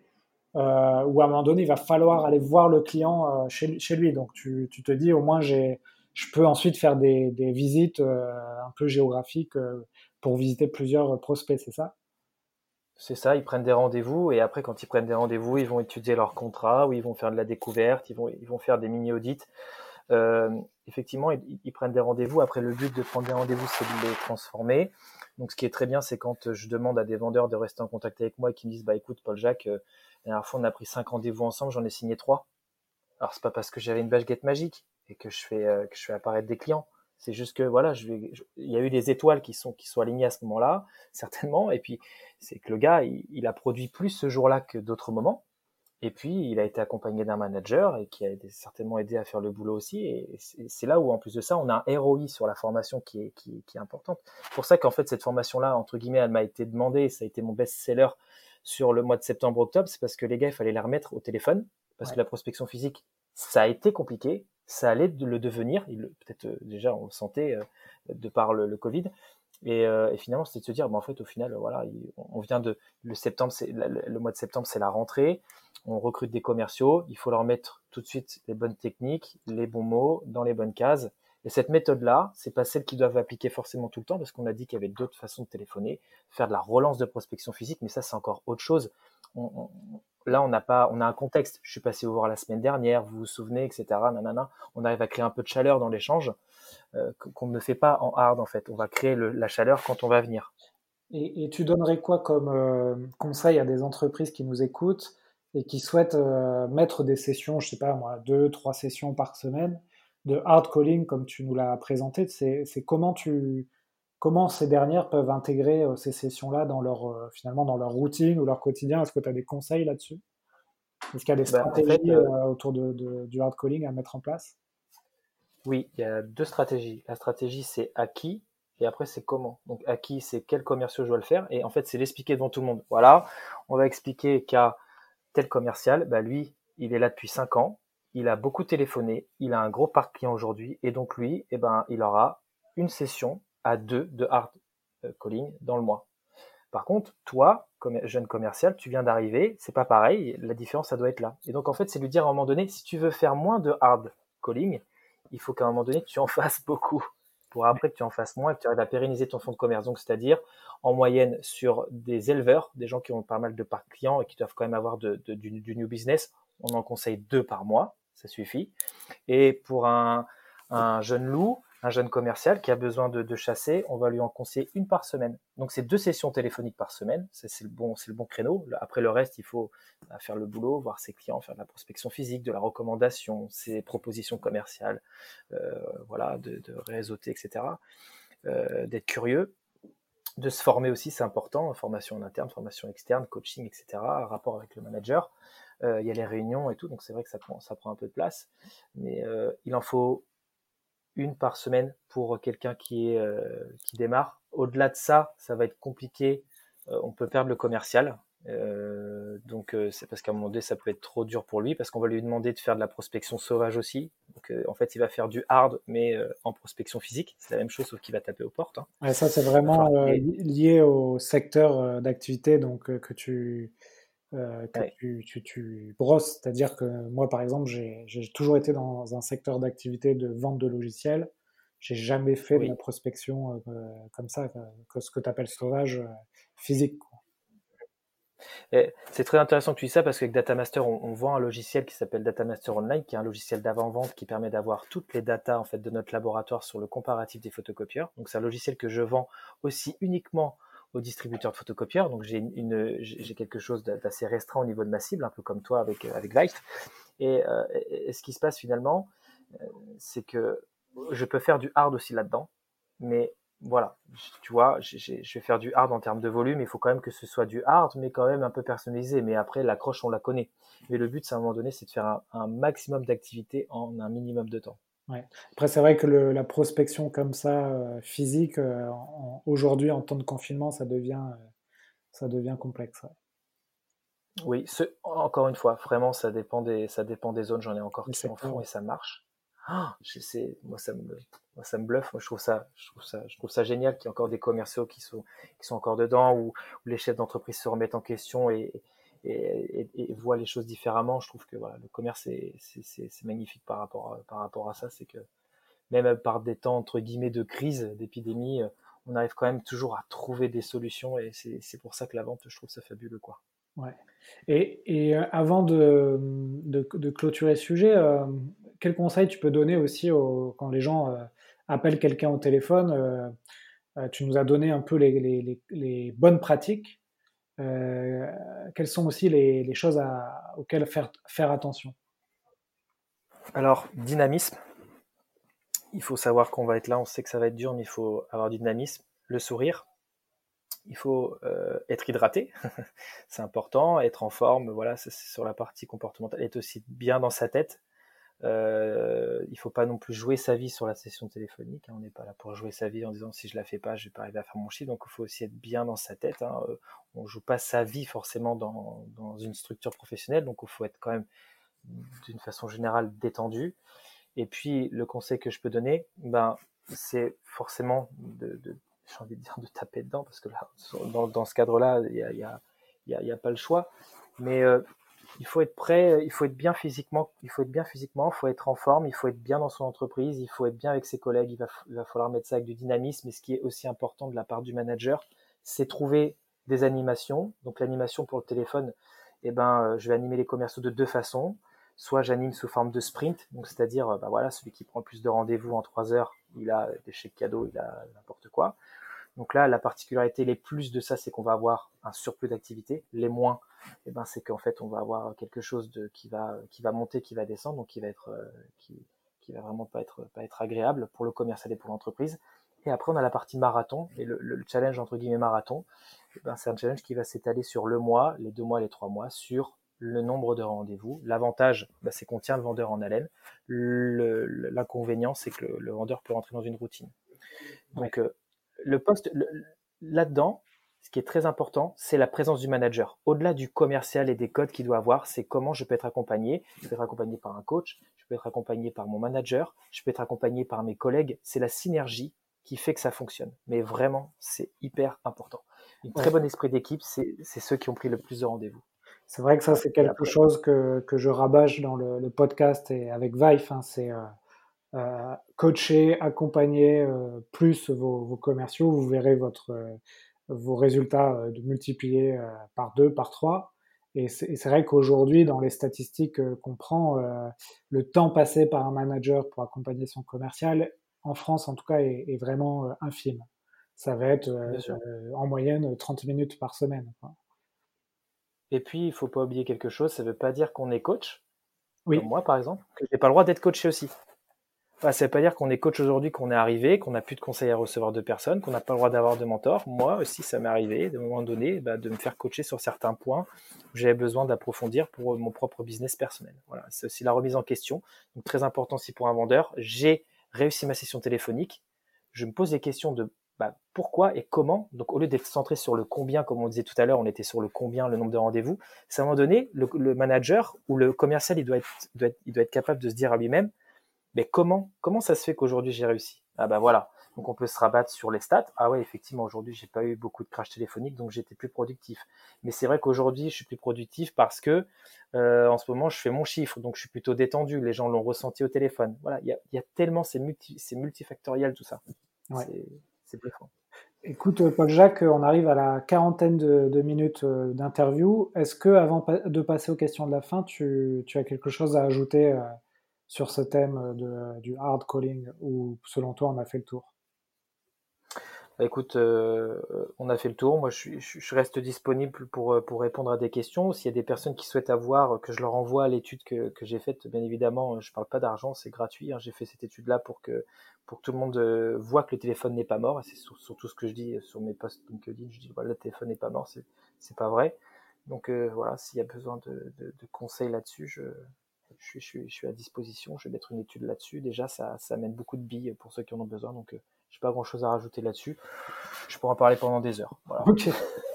où à un moment donné, il va falloir aller voir le client chez lui. Donc, tu te dis, au moins, je peux ensuite faire des visites un peu géographiques pour visiter plusieurs prospects, c'est ça? c'est ça, ils prennent des rendez-vous et après, quand ils prennent des rendez-vous, ils vont étudier leur contrat ou ils vont faire de la découverte, ils vont faire des mini-audits. Euh, Effectivement, ils prennent des rendez-vous. Après, le but de prendre des rendez-vous, c'est de les transformer. Donc, ce qui est très bien, c'est quand je demande à des vendeurs de rester en contact avec moi et qui me disent, bah écoute, Paul-Jacques, la dernière fois, on a pris 5 rendez-vous ensemble, j'en ai signé 3. Alors, c'est pas parce que j'avais une baguette magique et que je fais apparaître des clients. C'est juste que voilà, il y a eu des étoiles qui sont alignées à ce moment-là, certainement. Et puis, c'est que le gars, il a produit plus ce jour-là que d'autres moments. Et puis, il a été accompagné d'un manager et qui a certainement aidé à faire le boulot aussi. Et c'est là où, en plus de ça, on a un ROI sur la formation qui est importante. C'est pour ça qu'en fait, cette formation-là, entre guillemets, elle m'a été demandée. Ça a été mon best-seller sur le mois de septembre-octobre. C'est parce que les gars, il fallait les remettre au téléphone. Parce Ouais. que la prospection physique, ça a été compliqué. Ça allait le devenir. Peut-être déjà, on le sentait de par le Covid. Et finalement, c'était de se dire, bah, en fait, au final, voilà, on vient de le septembre, le mois de septembre, c'est la rentrée. On recrute des commerciaux. Il faut leur mettre tout de suite les bonnes techniques, les bons mots dans les bonnes cases. Et cette méthode-là, c'est pas celle qu'ils doivent appliquer forcément tout le temps, parce qu'on a dit qu'il y avait d'autres façons de téléphoner, faire de la relance de prospection physique, mais ça, c'est encore autre chose. On, on, Là, on a un contexte. Je suis passé vous voir la semaine dernière, vous vous souvenez, etc. Nanana. On arrive à créer un peu de chaleur dans l'échange qu'on ne fait pas en hard en fait. On va créer la chaleur quand on va venir. Et tu donnerais quoi comme conseil à des entreprises qui nous écoutent et qui souhaitent mettre des sessions, je sais pas moi, 2, 3 sessions par semaine de hard calling comme tu nous l'as présenté, c'est comment ces dernières peuvent intégrer ces sessions-là dans finalement dans leur routine ou leur quotidien? Est-ce que tu as des conseils là-dessus? Est-ce qu'il y a des Ben, en fait, stratégies autour du hard calling à mettre en place? oui, il y a deux stratégies. La stratégie, c'est à qui et après, c'est comment. Donc, à qui, c'est quel commercial je dois le faire. Et en fait, c'est l'expliquer devant tout le monde. Voilà, on va expliquer qu'à tel commercial, bah, lui, il est là depuis 5 ans. il a beaucoup téléphoné, il a un gros parc client aujourd'hui, et donc lui, eh ben, il aura une session à 2 de hard calling dans le mois. Par contre, toi, comme jeune commercial, tu viens d'arriver, c'est pas pareil, la différence, ça doit être là. Et donc, en fait, c'est lui dire à un moment donné, si tu veux faire moins de hard calling, il faut qu'à un moment donné, tu en fasses beaucoup pour après que tu en fasses moins et que tu arrives à pérenniser ton fonds de commerce. Donc, c'est-à-dire, en moyenne, sur des éleveurs, des gens qui ont pas mal de parcs clients et qui doivent quand même avoir du new business, on en conseille 2 par mois, ça suffit. Et pour un jeune loup, un jeune commercial qui a besoin de chasser, on va lui en conseiller une par semaine. Donc c'est 2 sessions téléphoniques par semaine, c'est le bon créneau. Après le reste, il faut faire le boulot, voir ses clients, faire de la prospection physique, de la recommandation, ses propositions commerciales, voilà, de réseauter, etc. D'être curieux, de se former aussi, c'est important, formation en interne, formation externe, coaching, etc. Rapport avec le manager. Il y a les réunions et tout, donc c'est vrai que ça prend un peu de place, mais il en faut une par semaine pour quelqu'un qui démarre. Au-delà de ça, ça va être compliqué. On peut perdre le commercial. Donc c'est parce qu'à un moment donné, ça peut être trop dur pour lui parce qu'on va lui demander de faire de la prospection sauvage aussi. Donc en fait, il va faire du hard, mais en prospection physique. C'est la même chose, sauf qu'il va taper aux portes, hein. Ouais, ça, c'est Il va falloir vraiment qu'il ait... lié au secteur d'activité donc, que Ouais, tu brosses. C'est-à-dire que moi, par exemple, j'ai toujours été dans un secteur d'activité de vente de logiciels. J'ai jamais fait de la oui. prospection comme ça, que ce que tu appelles sauvage, physique, quoi. Et c'est très intéressant que tu dis ça parce qu'avec Datamaster, on vend un logiciel qui s'appelle Datamaster Online, qui est un logiciel d'avant-vente qui permet d'avoir toutes les datas en fait, de notre laboratoire sur le comparatif des photocopieurs. Donc c'est un logiciel que je vends aussi uniquement aux distributeurs de photocopieurs. Donc j'ai quelque chose d'assez restreint au niveau de ma cible, un peu comme toi avec Vice. Et ce qui se passe finalement, c'est que je peux faire du hard aussi là-dedans, mais voilà, tu vois, je vais faire du hard en termes de volume, il faut quand même que ce soit du hard, mais quand même un peu personnalisé, mais après, l'accroche, on la connaît. Mais le but, c'est à un moment donné, c'est de faire un maximum d'activités en un minimum de temps. Ouais. Après, c'est vrai que la prospection comme ça, physique, aujourd'hui, en temps de confinement, ça devient complexe. Ouais. Oui, encore une fois, vraiment, ça dépend des zones, j'en ai encore Le qui en secteur, font ouais. et ça marche. Moi, ça me bluffe. Moi, je trouve ça génial qu'il y ait encore des commerciaux qui sont encore dedans, où les chefs d'entreprise se remettent en question et voient les choses différemment. Je trouve que voilà, le commerce, c'est magnifique par rapport à ça. C'est que même par des temps, entre guillemets, de crise, d'épidémie, on arrive quand même toujours à trouver des solutions et c'est pour ça que la vente, je trouve ça fabuleux, quoi. Ouais. Et avant de clôturer ce sujet, quel conseil tu peux donner aussi quand les gens appellent quelqu'un au téléphone? Tu nous as donné un peu les bonnes pratiques. Euh, Quelles sont aussi les choses auxquelles faire attention? Alors, dynamisme. Il faut savoir qu'on va être là, on sait que ça va être dur, mais il faut avoir du dynamisme. Le sourire, il faut être hydraté, c'est important, être en forme, voilà, c'est sur la partie comportementale, être aussi bien dans sa tête. Il faut pas non plus jouer sa vie sur la session téléphonique, hein. On n'est pas là pour jouer sa vie en disant si je la fais pas, je vais pas arriver à faire mon chiffre, donc il faut aussi être bien dans sa tête, hein. On joue pas sa vie forcément dans une structure professionnelle, donc il faut être quand même d'une façon générale détendu. Et puis, le conseil que je peux donner, ben, c'est forcément j'ai envie de dire de taper dedans, parce que là, dans ce cadre-là, il y a pas le choix. Mais il faut être prêt, il faut être bien physiquement, il faut être en forme, il faut être bien dans son entreprise, il faut être bien avec ses collègues, il va falloir mettre ça avec du dynamisme. Et ce qui est aussi important de la part du manager, c'est trouver des animations. Donc l'animation pour le téléphone, eh ben, je vais animer les commerciaux de 2 façons. Soit j'anime sous forme de sprint, donc c'est-à-dire bah voilà, celui qui prend le plus de rendez-vous en 3 heures, il a des chèques cadeaux, il a n'importe quoi. Donc là, la particularité, les plus de ça, c'est qu'on va avoir un surplus d'activité. Les moins, eh ben, c'est qu'en fait, on va avoir quelque chose qui va monter, qui va descendre, donc qui va vraiment pas être agréable pour le commercial et pour l'entreprise. Et après, on a la partie marathon, et le challenge entre guillemets marathon, eh ben, c'est un challenge qui va s'étaler sur le mois, les 2 mois, les 3 mois, sur le nombre de rendez-vous. L'avantage, bah, c'est qu'on tient le vendeur en haleine. L'inconvénient, c'est que le vendeur peut rentrer dans une routine. Ouais. Donc, le poste là-dedans, ce qui est très important, c'est la présence du manager. Au-delà du commercial et des codes qu'il doit avoir, c'est comment je peux être accompagné. Je peux être accompagné par un coach, je peux être accompagné par mon manager, je peux être accompagné par mes collègues. C'est la synergie qui fait que ça fonctionne. Mais vraiment, c'est hyper important. Une très Ouais. bonne esprit d'équipe, c'est ceux qui ont pris le plus de rendez-vous. C'est vrai que ça, Voilà. c'est Et quelque après, chose que je rabâche dans le podcast et avec Vive, hein, c'est coacher, accompagner plus vos commerciaux. Vous verrez vos résultats de multiplier par 2, par 3. Et c'est vrai qu'aujourd'hui, dans les statistiques qu'on prend, le temps passé par un manager pour accompagner son commercial, en France en tout cas, est vraiment infime. Ça va être bien sûr. en moyenne 30 minutes par semaine, quoi. Et puis, il faut pas oublier quelque chose, ça veut pas dire qu'on est coach, comme Oui, moi par exemple, que j'ai pas le droit d'être coaché aussi. Enfin, ça veut pas dire qu'on est coach aujourd'hui, qu'on est arrivé, qu'on n'a plus de conseils à recevoir de personnes, qu'on n'a pas le droit d'avoir de mentor. Moi aussi, ça m'est arrivé, de un moment donné, de me faire coacher sur certains points où j'avais besoin d'approfondir pour mon propre business personnel. Voilà, c'est aussi la remise en question. Donc, très important aussi pour un vendeur. J'ai réussi ma session téléphonique. Je me pose des questions de pourquoi et comment. Donc, au lieu d'être centré sur le combien, comme on disait tout à l'heure, on était sur le combien, le nombre de rendez-vous. C'est à un moment donné, le manager ou le commercial, il doit être capable de se dire à lui-même, mais comment ça se fait qu'aujourd'hui j'ai réussi? Ah bah voilà. Donc on peut se rabattre sur les stats. Ah ouais, effectivement, aujourd'hui j'ai pas eu beaucoup de crash téléphoniques, donc j'étais plus productif. Mais c'est vrai qu'aujourd'hui je suis plus productif parce que en ce moment je fais mon chiffre, donc je suis plutôt détendu. Les gens l'ont ressenti au téléphone. Voilà, il y a tellement, c'est multifactoriel tout ça. ouais. C'est, c'est bluffant. Écoute, Paul-Jacques, on arrive à la quarantaine de minutes d'interview. Est-ce que, avant de passer aux questions de la fin, tu as quelque chose à ajouter sur ce thème du hard calling ou selon toi, on a fait le tour? Bah, écoute, on a fait le tour. Moi, je reste disponible pour répondre à des questions. S'il y a des personnes qui souhaitent avoir, que je leur envoie l'étude que j'ai faite, bien évidemment, je parle pas d'argent, c'est gratuit, hein. J'ai fait cette étude-là pour que tout le monde voit que le téléphone n'est pas mort. Et c'est surtout ce que je dis sur mes posts LinkedIn. Je dis, voilà, le téléphone n'est pas mort, c'est pas vrai. Donc voilà, s'il y a besoin de conseils là-dessus, je suis à disposition. Je vais mettre une étude là-dessus. Déjà, ça amène beaucoup de billes pour ceux qui en ont besoin. Donc, j'ai pas grand-chose à rajouter là-dessus. Je pourrais en parler pendant des heures. Voilà. Ok,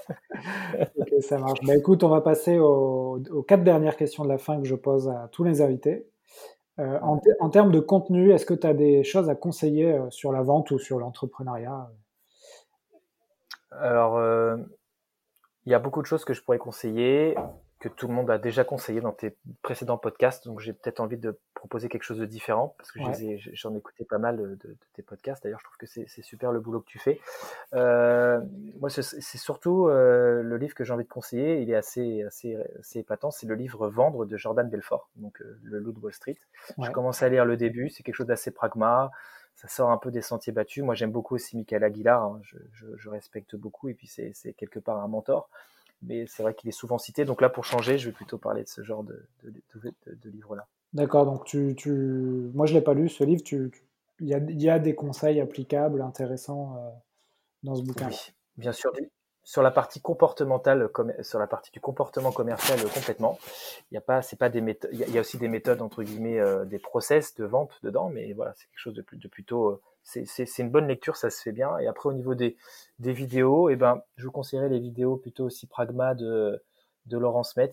ok, ça marche. Bah, écoute, on va passer aux 4 dernières questions de la fin que je pose à tous les invités. Ouais. En termes de contenu, est-ce que tu as des choses à conseiller sur la vente ou sur l'entrepreneuriat? Alors, il y a beaucoup de choses que je pourrais conseiller, que tout le monde a déjà conseillé dans tes précédents podcasts. Donc, j'ai peut-être envie de proposer quelque chose de différent parce que Ouais, j'en ai écouté pas mal de tes podcasts. D'ailleurs, je trouve que c'est super le boulot que tu fais. Moi, c'est surtout le livre que j'ai envie de conseiller. Il est assez épatant. C'est le livre Vendre de Jordan Belfort, donc le loup de Wall Street. Je ouais. commence à lire le début. C'est quelque chose d'assez pragma. Ça sort un peu des sentiers battus. Moi, j'aime beaucoup aussi Michael Aguilar, hein. Je respecte beaucoup. Et puis, c'est quelque part un mentor. Mais c'est vrai qu'il est souvent cité. Donc là, pour changer, je vais plutôt parler de ce genre de livre-là. D'accord, donc moi je l'ai pas lu ce livre, il y a des conseils applicables, intéressants dans ce bouquin-là. Oui, bien sûr. Sur la partie comportementale, sur la partie du comportement commercial, complètement. Il y a pas, c'est pas des méthodes. Il y a aussi des méthodes entre guillemets, des process de vente dedans, mais voilà, c'est quelque chose de plutôt. C'est une bonne lecture, ça se fait bien. Et après, au niveau des vidéos, eh ben, je vous conseillerais les vidéos plutôt aussi pragma de Laurent Smet,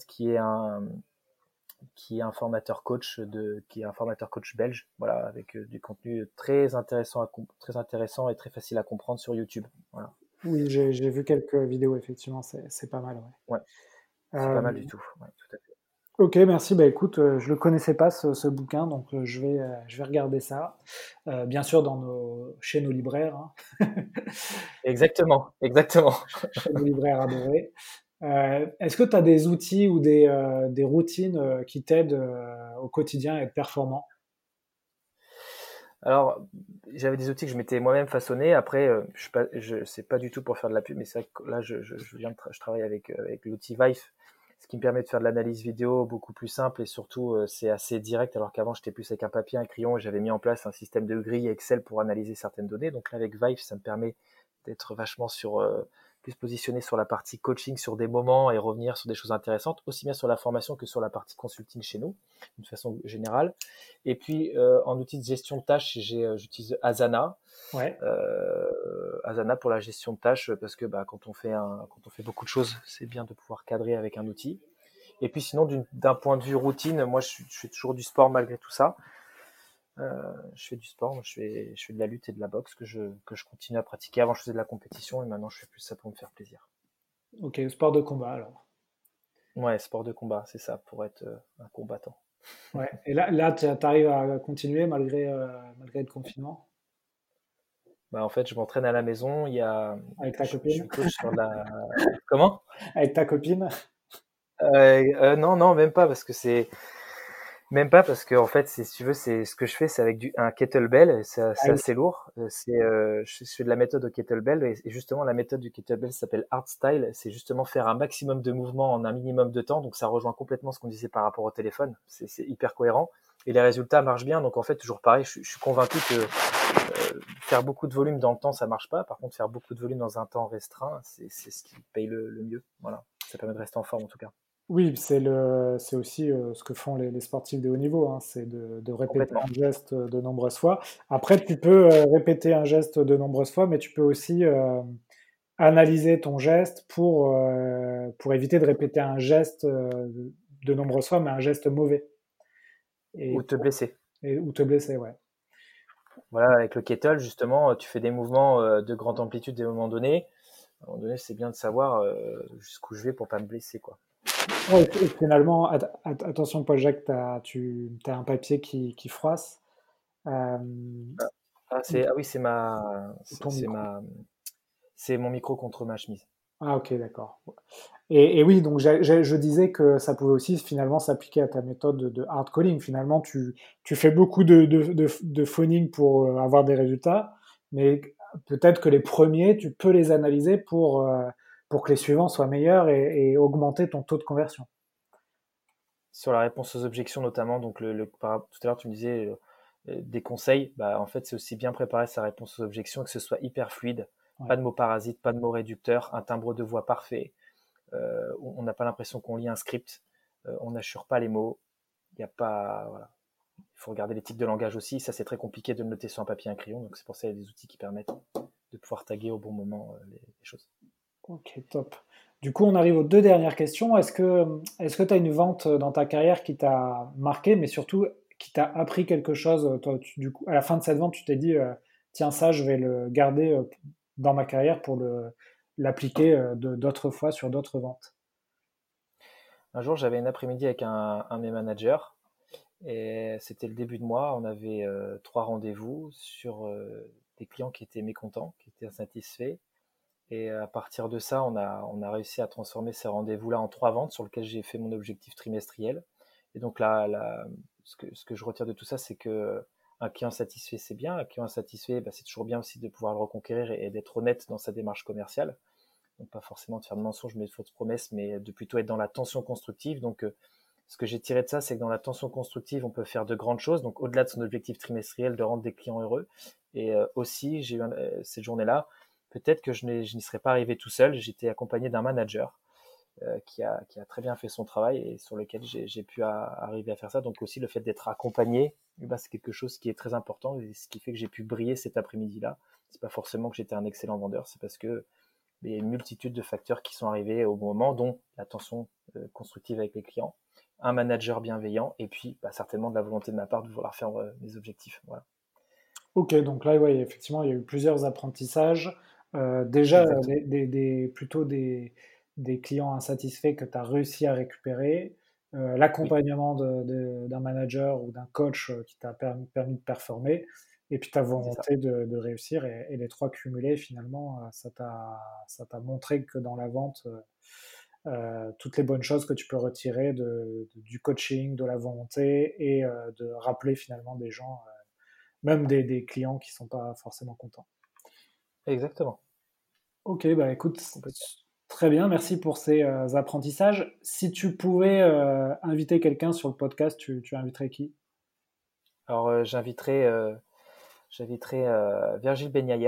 qui est un formateur coach qui est un formateur coach belge, voilà, avec du contenu très intéressant et très facile à comprendre sur YouTube. Voilà. Oui, j'ai vu quelques vidéos, effectivement, c'est pas mal, ouais. Ouais, c'est pas Euh, mal du tout. Ouais, tout à fait. ok, merci. Bah écoute, je le connaissais pas ce bouquin, donc je vais regarder ça. Bien sûr, chez nos libraires, hein. Exactement, exactement. Chez nos libraires adorés. Est-ce que tu as des outils ou des routines qui t'aident au quotidien à être performant? Alors, j'avais des outils que je m'étais moi-même façonné. Après, je sais pas du tout pour faire de la pub, mais c'est vrai que là, je travaille avec l'outil Vive, ce qui me permet de faire de l'analyse vidéo beaucoup plus simple et surtout, c'est assez direct. Alors qu'avant, j'étais plus avec un papier, un crayon et j'avais mis en place un système de grille Excel pour analyser certaines données. Donc là, avec Vive, ça me permet d'être vachement sur plus positionner sur la partie coaching, sur des moments et revenir sur des choses intéressantes, aussi bien sur la formation que sur la partie consulting chez nous, d'une façon générale. Et puis, en outil de gestion de tâches, j'utilise Asana. Ouais. Asana pour la gestion de tâches, parce que quand on fait beaucoup de choses, c'est bien de pouvoir cadrer avec un outil. Et puis sinon, d'un point de vue routine, moi je fais toujours du sport malgré tout ça. Je fais du sport, moi, je fais de la lutte et de la boxe que je continue à pratiquer. Avant, je faisais de la compétition et maintenant, je fais plus ça pour me faire plaisir. Ok, sport de combat alors. Ouais, sport de combat, c'est ça, pour être un combattant. Ouais. Et là tu arrives à continuer malgré le confinement En fait, je m'entraîne à la maison. avec ta Je copine? suis coach sur la. Comment? Avec ta copine? Non, non, même pas, parce que même pas parce que en fait, si tu veux, c'est ce que je fais, c'est avec un kettlebell. Ah C'est oui. assez lourd. Je fais de la méthode au kettlebell et justement la méthode du kettlebell s'appelle hardstyle. C'est justement faire un maximum de mouvements en un minimum de temps. Donc ça rejoint complètement ce qu'on disait par rapport au téléphone. C'est hyper cohérent et les résultats marchent bien. Donc en fait, toujours pareil. Je suis convaincu que faire beaucoup de volume dans le temps, ça marche pas. Par contre, faire beaucoup de volume dans un temps restreint, c'est ce qui paye le mieux. Voilà. Ça permet de rester en forme en tout cas. Oui, c'est aussi ce que font les sportifs de haut niveau, hein, c'est de répéter Complètement. un geste de nombreuses fois. Après, tu peux répéter un geste de nombreuses fois, mais tu peux aussi analyser ton geste pour éviter de répéter un geste de nombreuses fois, mais un geste mauvais Ou et, te blesser. ou te blesser, ouais. Voilà, avec le kettle, justement, tu fais des mouvements de grande amplitude à un moment donné. À un moment donné, c'est bien de savoir jusqu'où je vais pour pas me blesser, quoi. Ouais, et finalement, attention Paul-Jacques, tu as un papier qui froisse. Euh, Ah oui, ton micro. c'est mon micro contre ma chemise. Ah ok, d'accord. Et oui, donc je disais que ça pouvait aussi finalement s'appliquer à ta méthode de hard calling. Finalement, tu fais beaucoup de phoning pour avoir des résultats, mais peut-être que les premiers, tu peux les analyser pour que les suivants soient meilleurs et augmenter ton taux de conversion. Sur la réponse aux objections, notamment, donc tout à l'heure, tu me disais des conseils. En fait, c'est aussi bien préparer sa réponse aux objections, que ce soit hyper fluide, Ouais. pas de mots parasites, pas de mots réducteurs, un timbre de voix parfait. On n'a pas l'impression qu'on lit un script, on n'assure pas les mots. Il n'y a pas, voilà. Il faut regarder les types de langage aussi. Ça, c'est très compliqué de le noter sur un papier et un crayon. Donc, c'est pour ça qu'il y a des outils qui permettent de pouvoir taguer au bon moment les choses. Ok, top. Du coup, on arrive aux deux dernières questions. Est-ce que tu as une vente dans ta carrière qui t'a marqué, mais surtout qui t'a appris quelque chose? Toi, du coup, à la fin de cette vente, tu t'es dit, tiens, ça, je vais le garder dans ma carrière pour l'appliquer d'autres fois sur d'autres ventes. Un jour, j'avais une après-midi avec un de mes managers et c'était le début de mois. On avait 3 rendez-vous sur des clients qui étaient mécontents, qui étaient insatisfaits. Et à partir de ça, on a réussi à transformer ces rendez-vous-là en 3 ventes sur lesquelles j'ai fait mon objectif trimestriel. Et donc là, ce que je retire de tout ça, c'est que un client satisfait, c'est bien. Un client insatisfait, c'est toujours bien aussi de pouvoir le reconquérir et d'être honnête dans sa démarche commerciale. Donc pas forcément de faire de mensonges, mais de fausses promesses, mais de plutôt être dans la tension constructive. Donc ce que j'ai tiré de ça, c'est que dans la tension constructive, on peut faire de grandes choses. Donc au-delà de son objectif trimestriel, de rendre des clients heureux. Et aussi, j'ai eu cette journée-là, peut-être que je n'y serais pas arrivé tout seul. J'étais accompagné d'un manager qui a très bien fait son travail et sur lequel j'ai pu arriver à faire ça. Donc aussi le fait d'être accompagné, c'est quelque chose qui est très important et ce qui fait que j'ai pu briller cet après-midi-là. C'est pas forcément que j'étais un excellent vendeur, c'est parce que il y a une multitude de facteurs qui sont arrivés au bon moment, dont l'attention constructive avec les clients, un manager bienveillant et puis certainement de la volonté de ma part de vouloir faire mes objectifs. Voilà. Ok, donc là, ouais, effectivement, il y a eu plusieurs apprentissages. Déjà, Exactement. plutôt des clients insatisfaits que tu as réussi à récupérer, l'accompagnement d'un manager ou d'un coach qui t'a permis de performer, et puis ta C'est ça. volonté de réussir, et les trois cumulés, finalement, ça t'a montré que dans la vente, toutes les bonnes choses que tu peux retirer du coaching, de la volonté, et de rappeler finalement des gens même des clients qui sont pas forcément contents. Exactement. Ok, bah écoute, Complètement. très bien, merci pour ces apprentissages. Si tu pouvais inviter quelqu'un sur le podcast, tu inviterais qui? Alors j'inviterai Virgile Benyayer.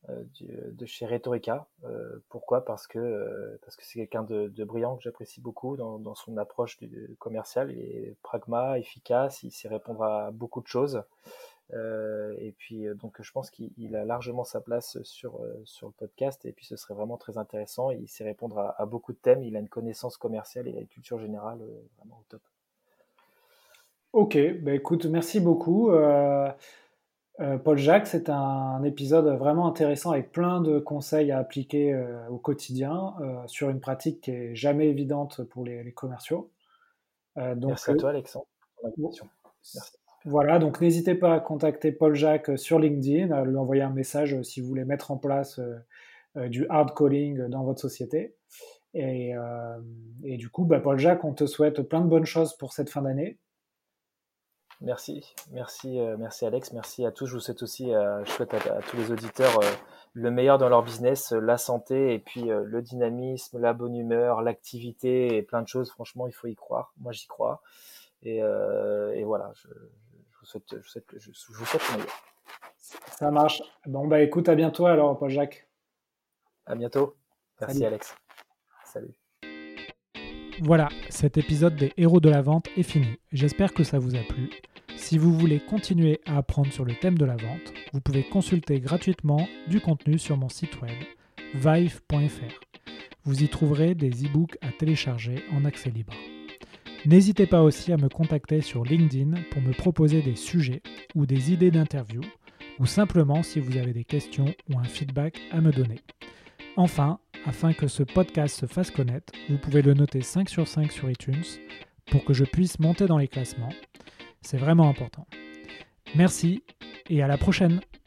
de chez Rhetorica. Pourquoi? Parce que c'est quelqu'un de brillant que j'apprécie beaucoup dans son approche commerciale. Il est pragma, efficace, il sait répondre à beaucoup de choses. Et puis donc je pense qu'il a largement sa place sur le podcast, et puis ce serait vraiment très intéressant. Il sait répondre à beaucoup de thèmes, il a une connaissance commerciale et une culture générale vraiment au top. Ok, bah écoute, merci beaucoup. Paul-Jacques, c'est un épisode vraiment intéressant avec plein de conseils à appliquer au quotidien sur une pratique qui est jamais évidente pour les commerciaux. Merci à toi, Alexandre, pour l'invitation. Merci. Voilà, donc n'hésitez pas à contacter Paul-Jacques sur LinkedIn, à lui envoyer un message si vous voulez mettre en place du hard calling dans votre société. Et du coup, Paul-Jacques, on te souhaite plein de bonnes choses pour cette fin d'année. Merci Alex, merci à tous. Je vous souhaite aussi, je souhaite à tous les auditeurs le meilleur dans leur business, la santé et puis le dynamisme, la bonne humeur, l'activité et plein de choses. Franchement, il faut y croire. Moi, j'y crois. Et voilà, je vous souhaite le meilleur. Ça marche. Bon, écoute, à bientôt alors, Paul-Jacques. À bientôt. Merci. Salut. Alex. Salut. Voilà, cet épisode des Héros de la Vente est fini. J'espère que ça vous a plu. Si vous voulez continuer à apprendre sur le thème de la vente, vous pouvez consulter gratuitement du contenu sur mon site web, vive.fr. Vous y trouverez des e-books à télécharger en accès libre. N'hésitez pas aussi à me contacter sur LinkedIn pour me proposer des sujets ou des idées d'interview, ou simplement si vous avez des questions ou un feedback à me donner. Enfin, afin que ce podcast se fasse connaître, vous pouvez le noter 5 sur 5 sur iTunes pour que je puisse monter dans les classements. C'est vraiment important. Merci et à la prochaine!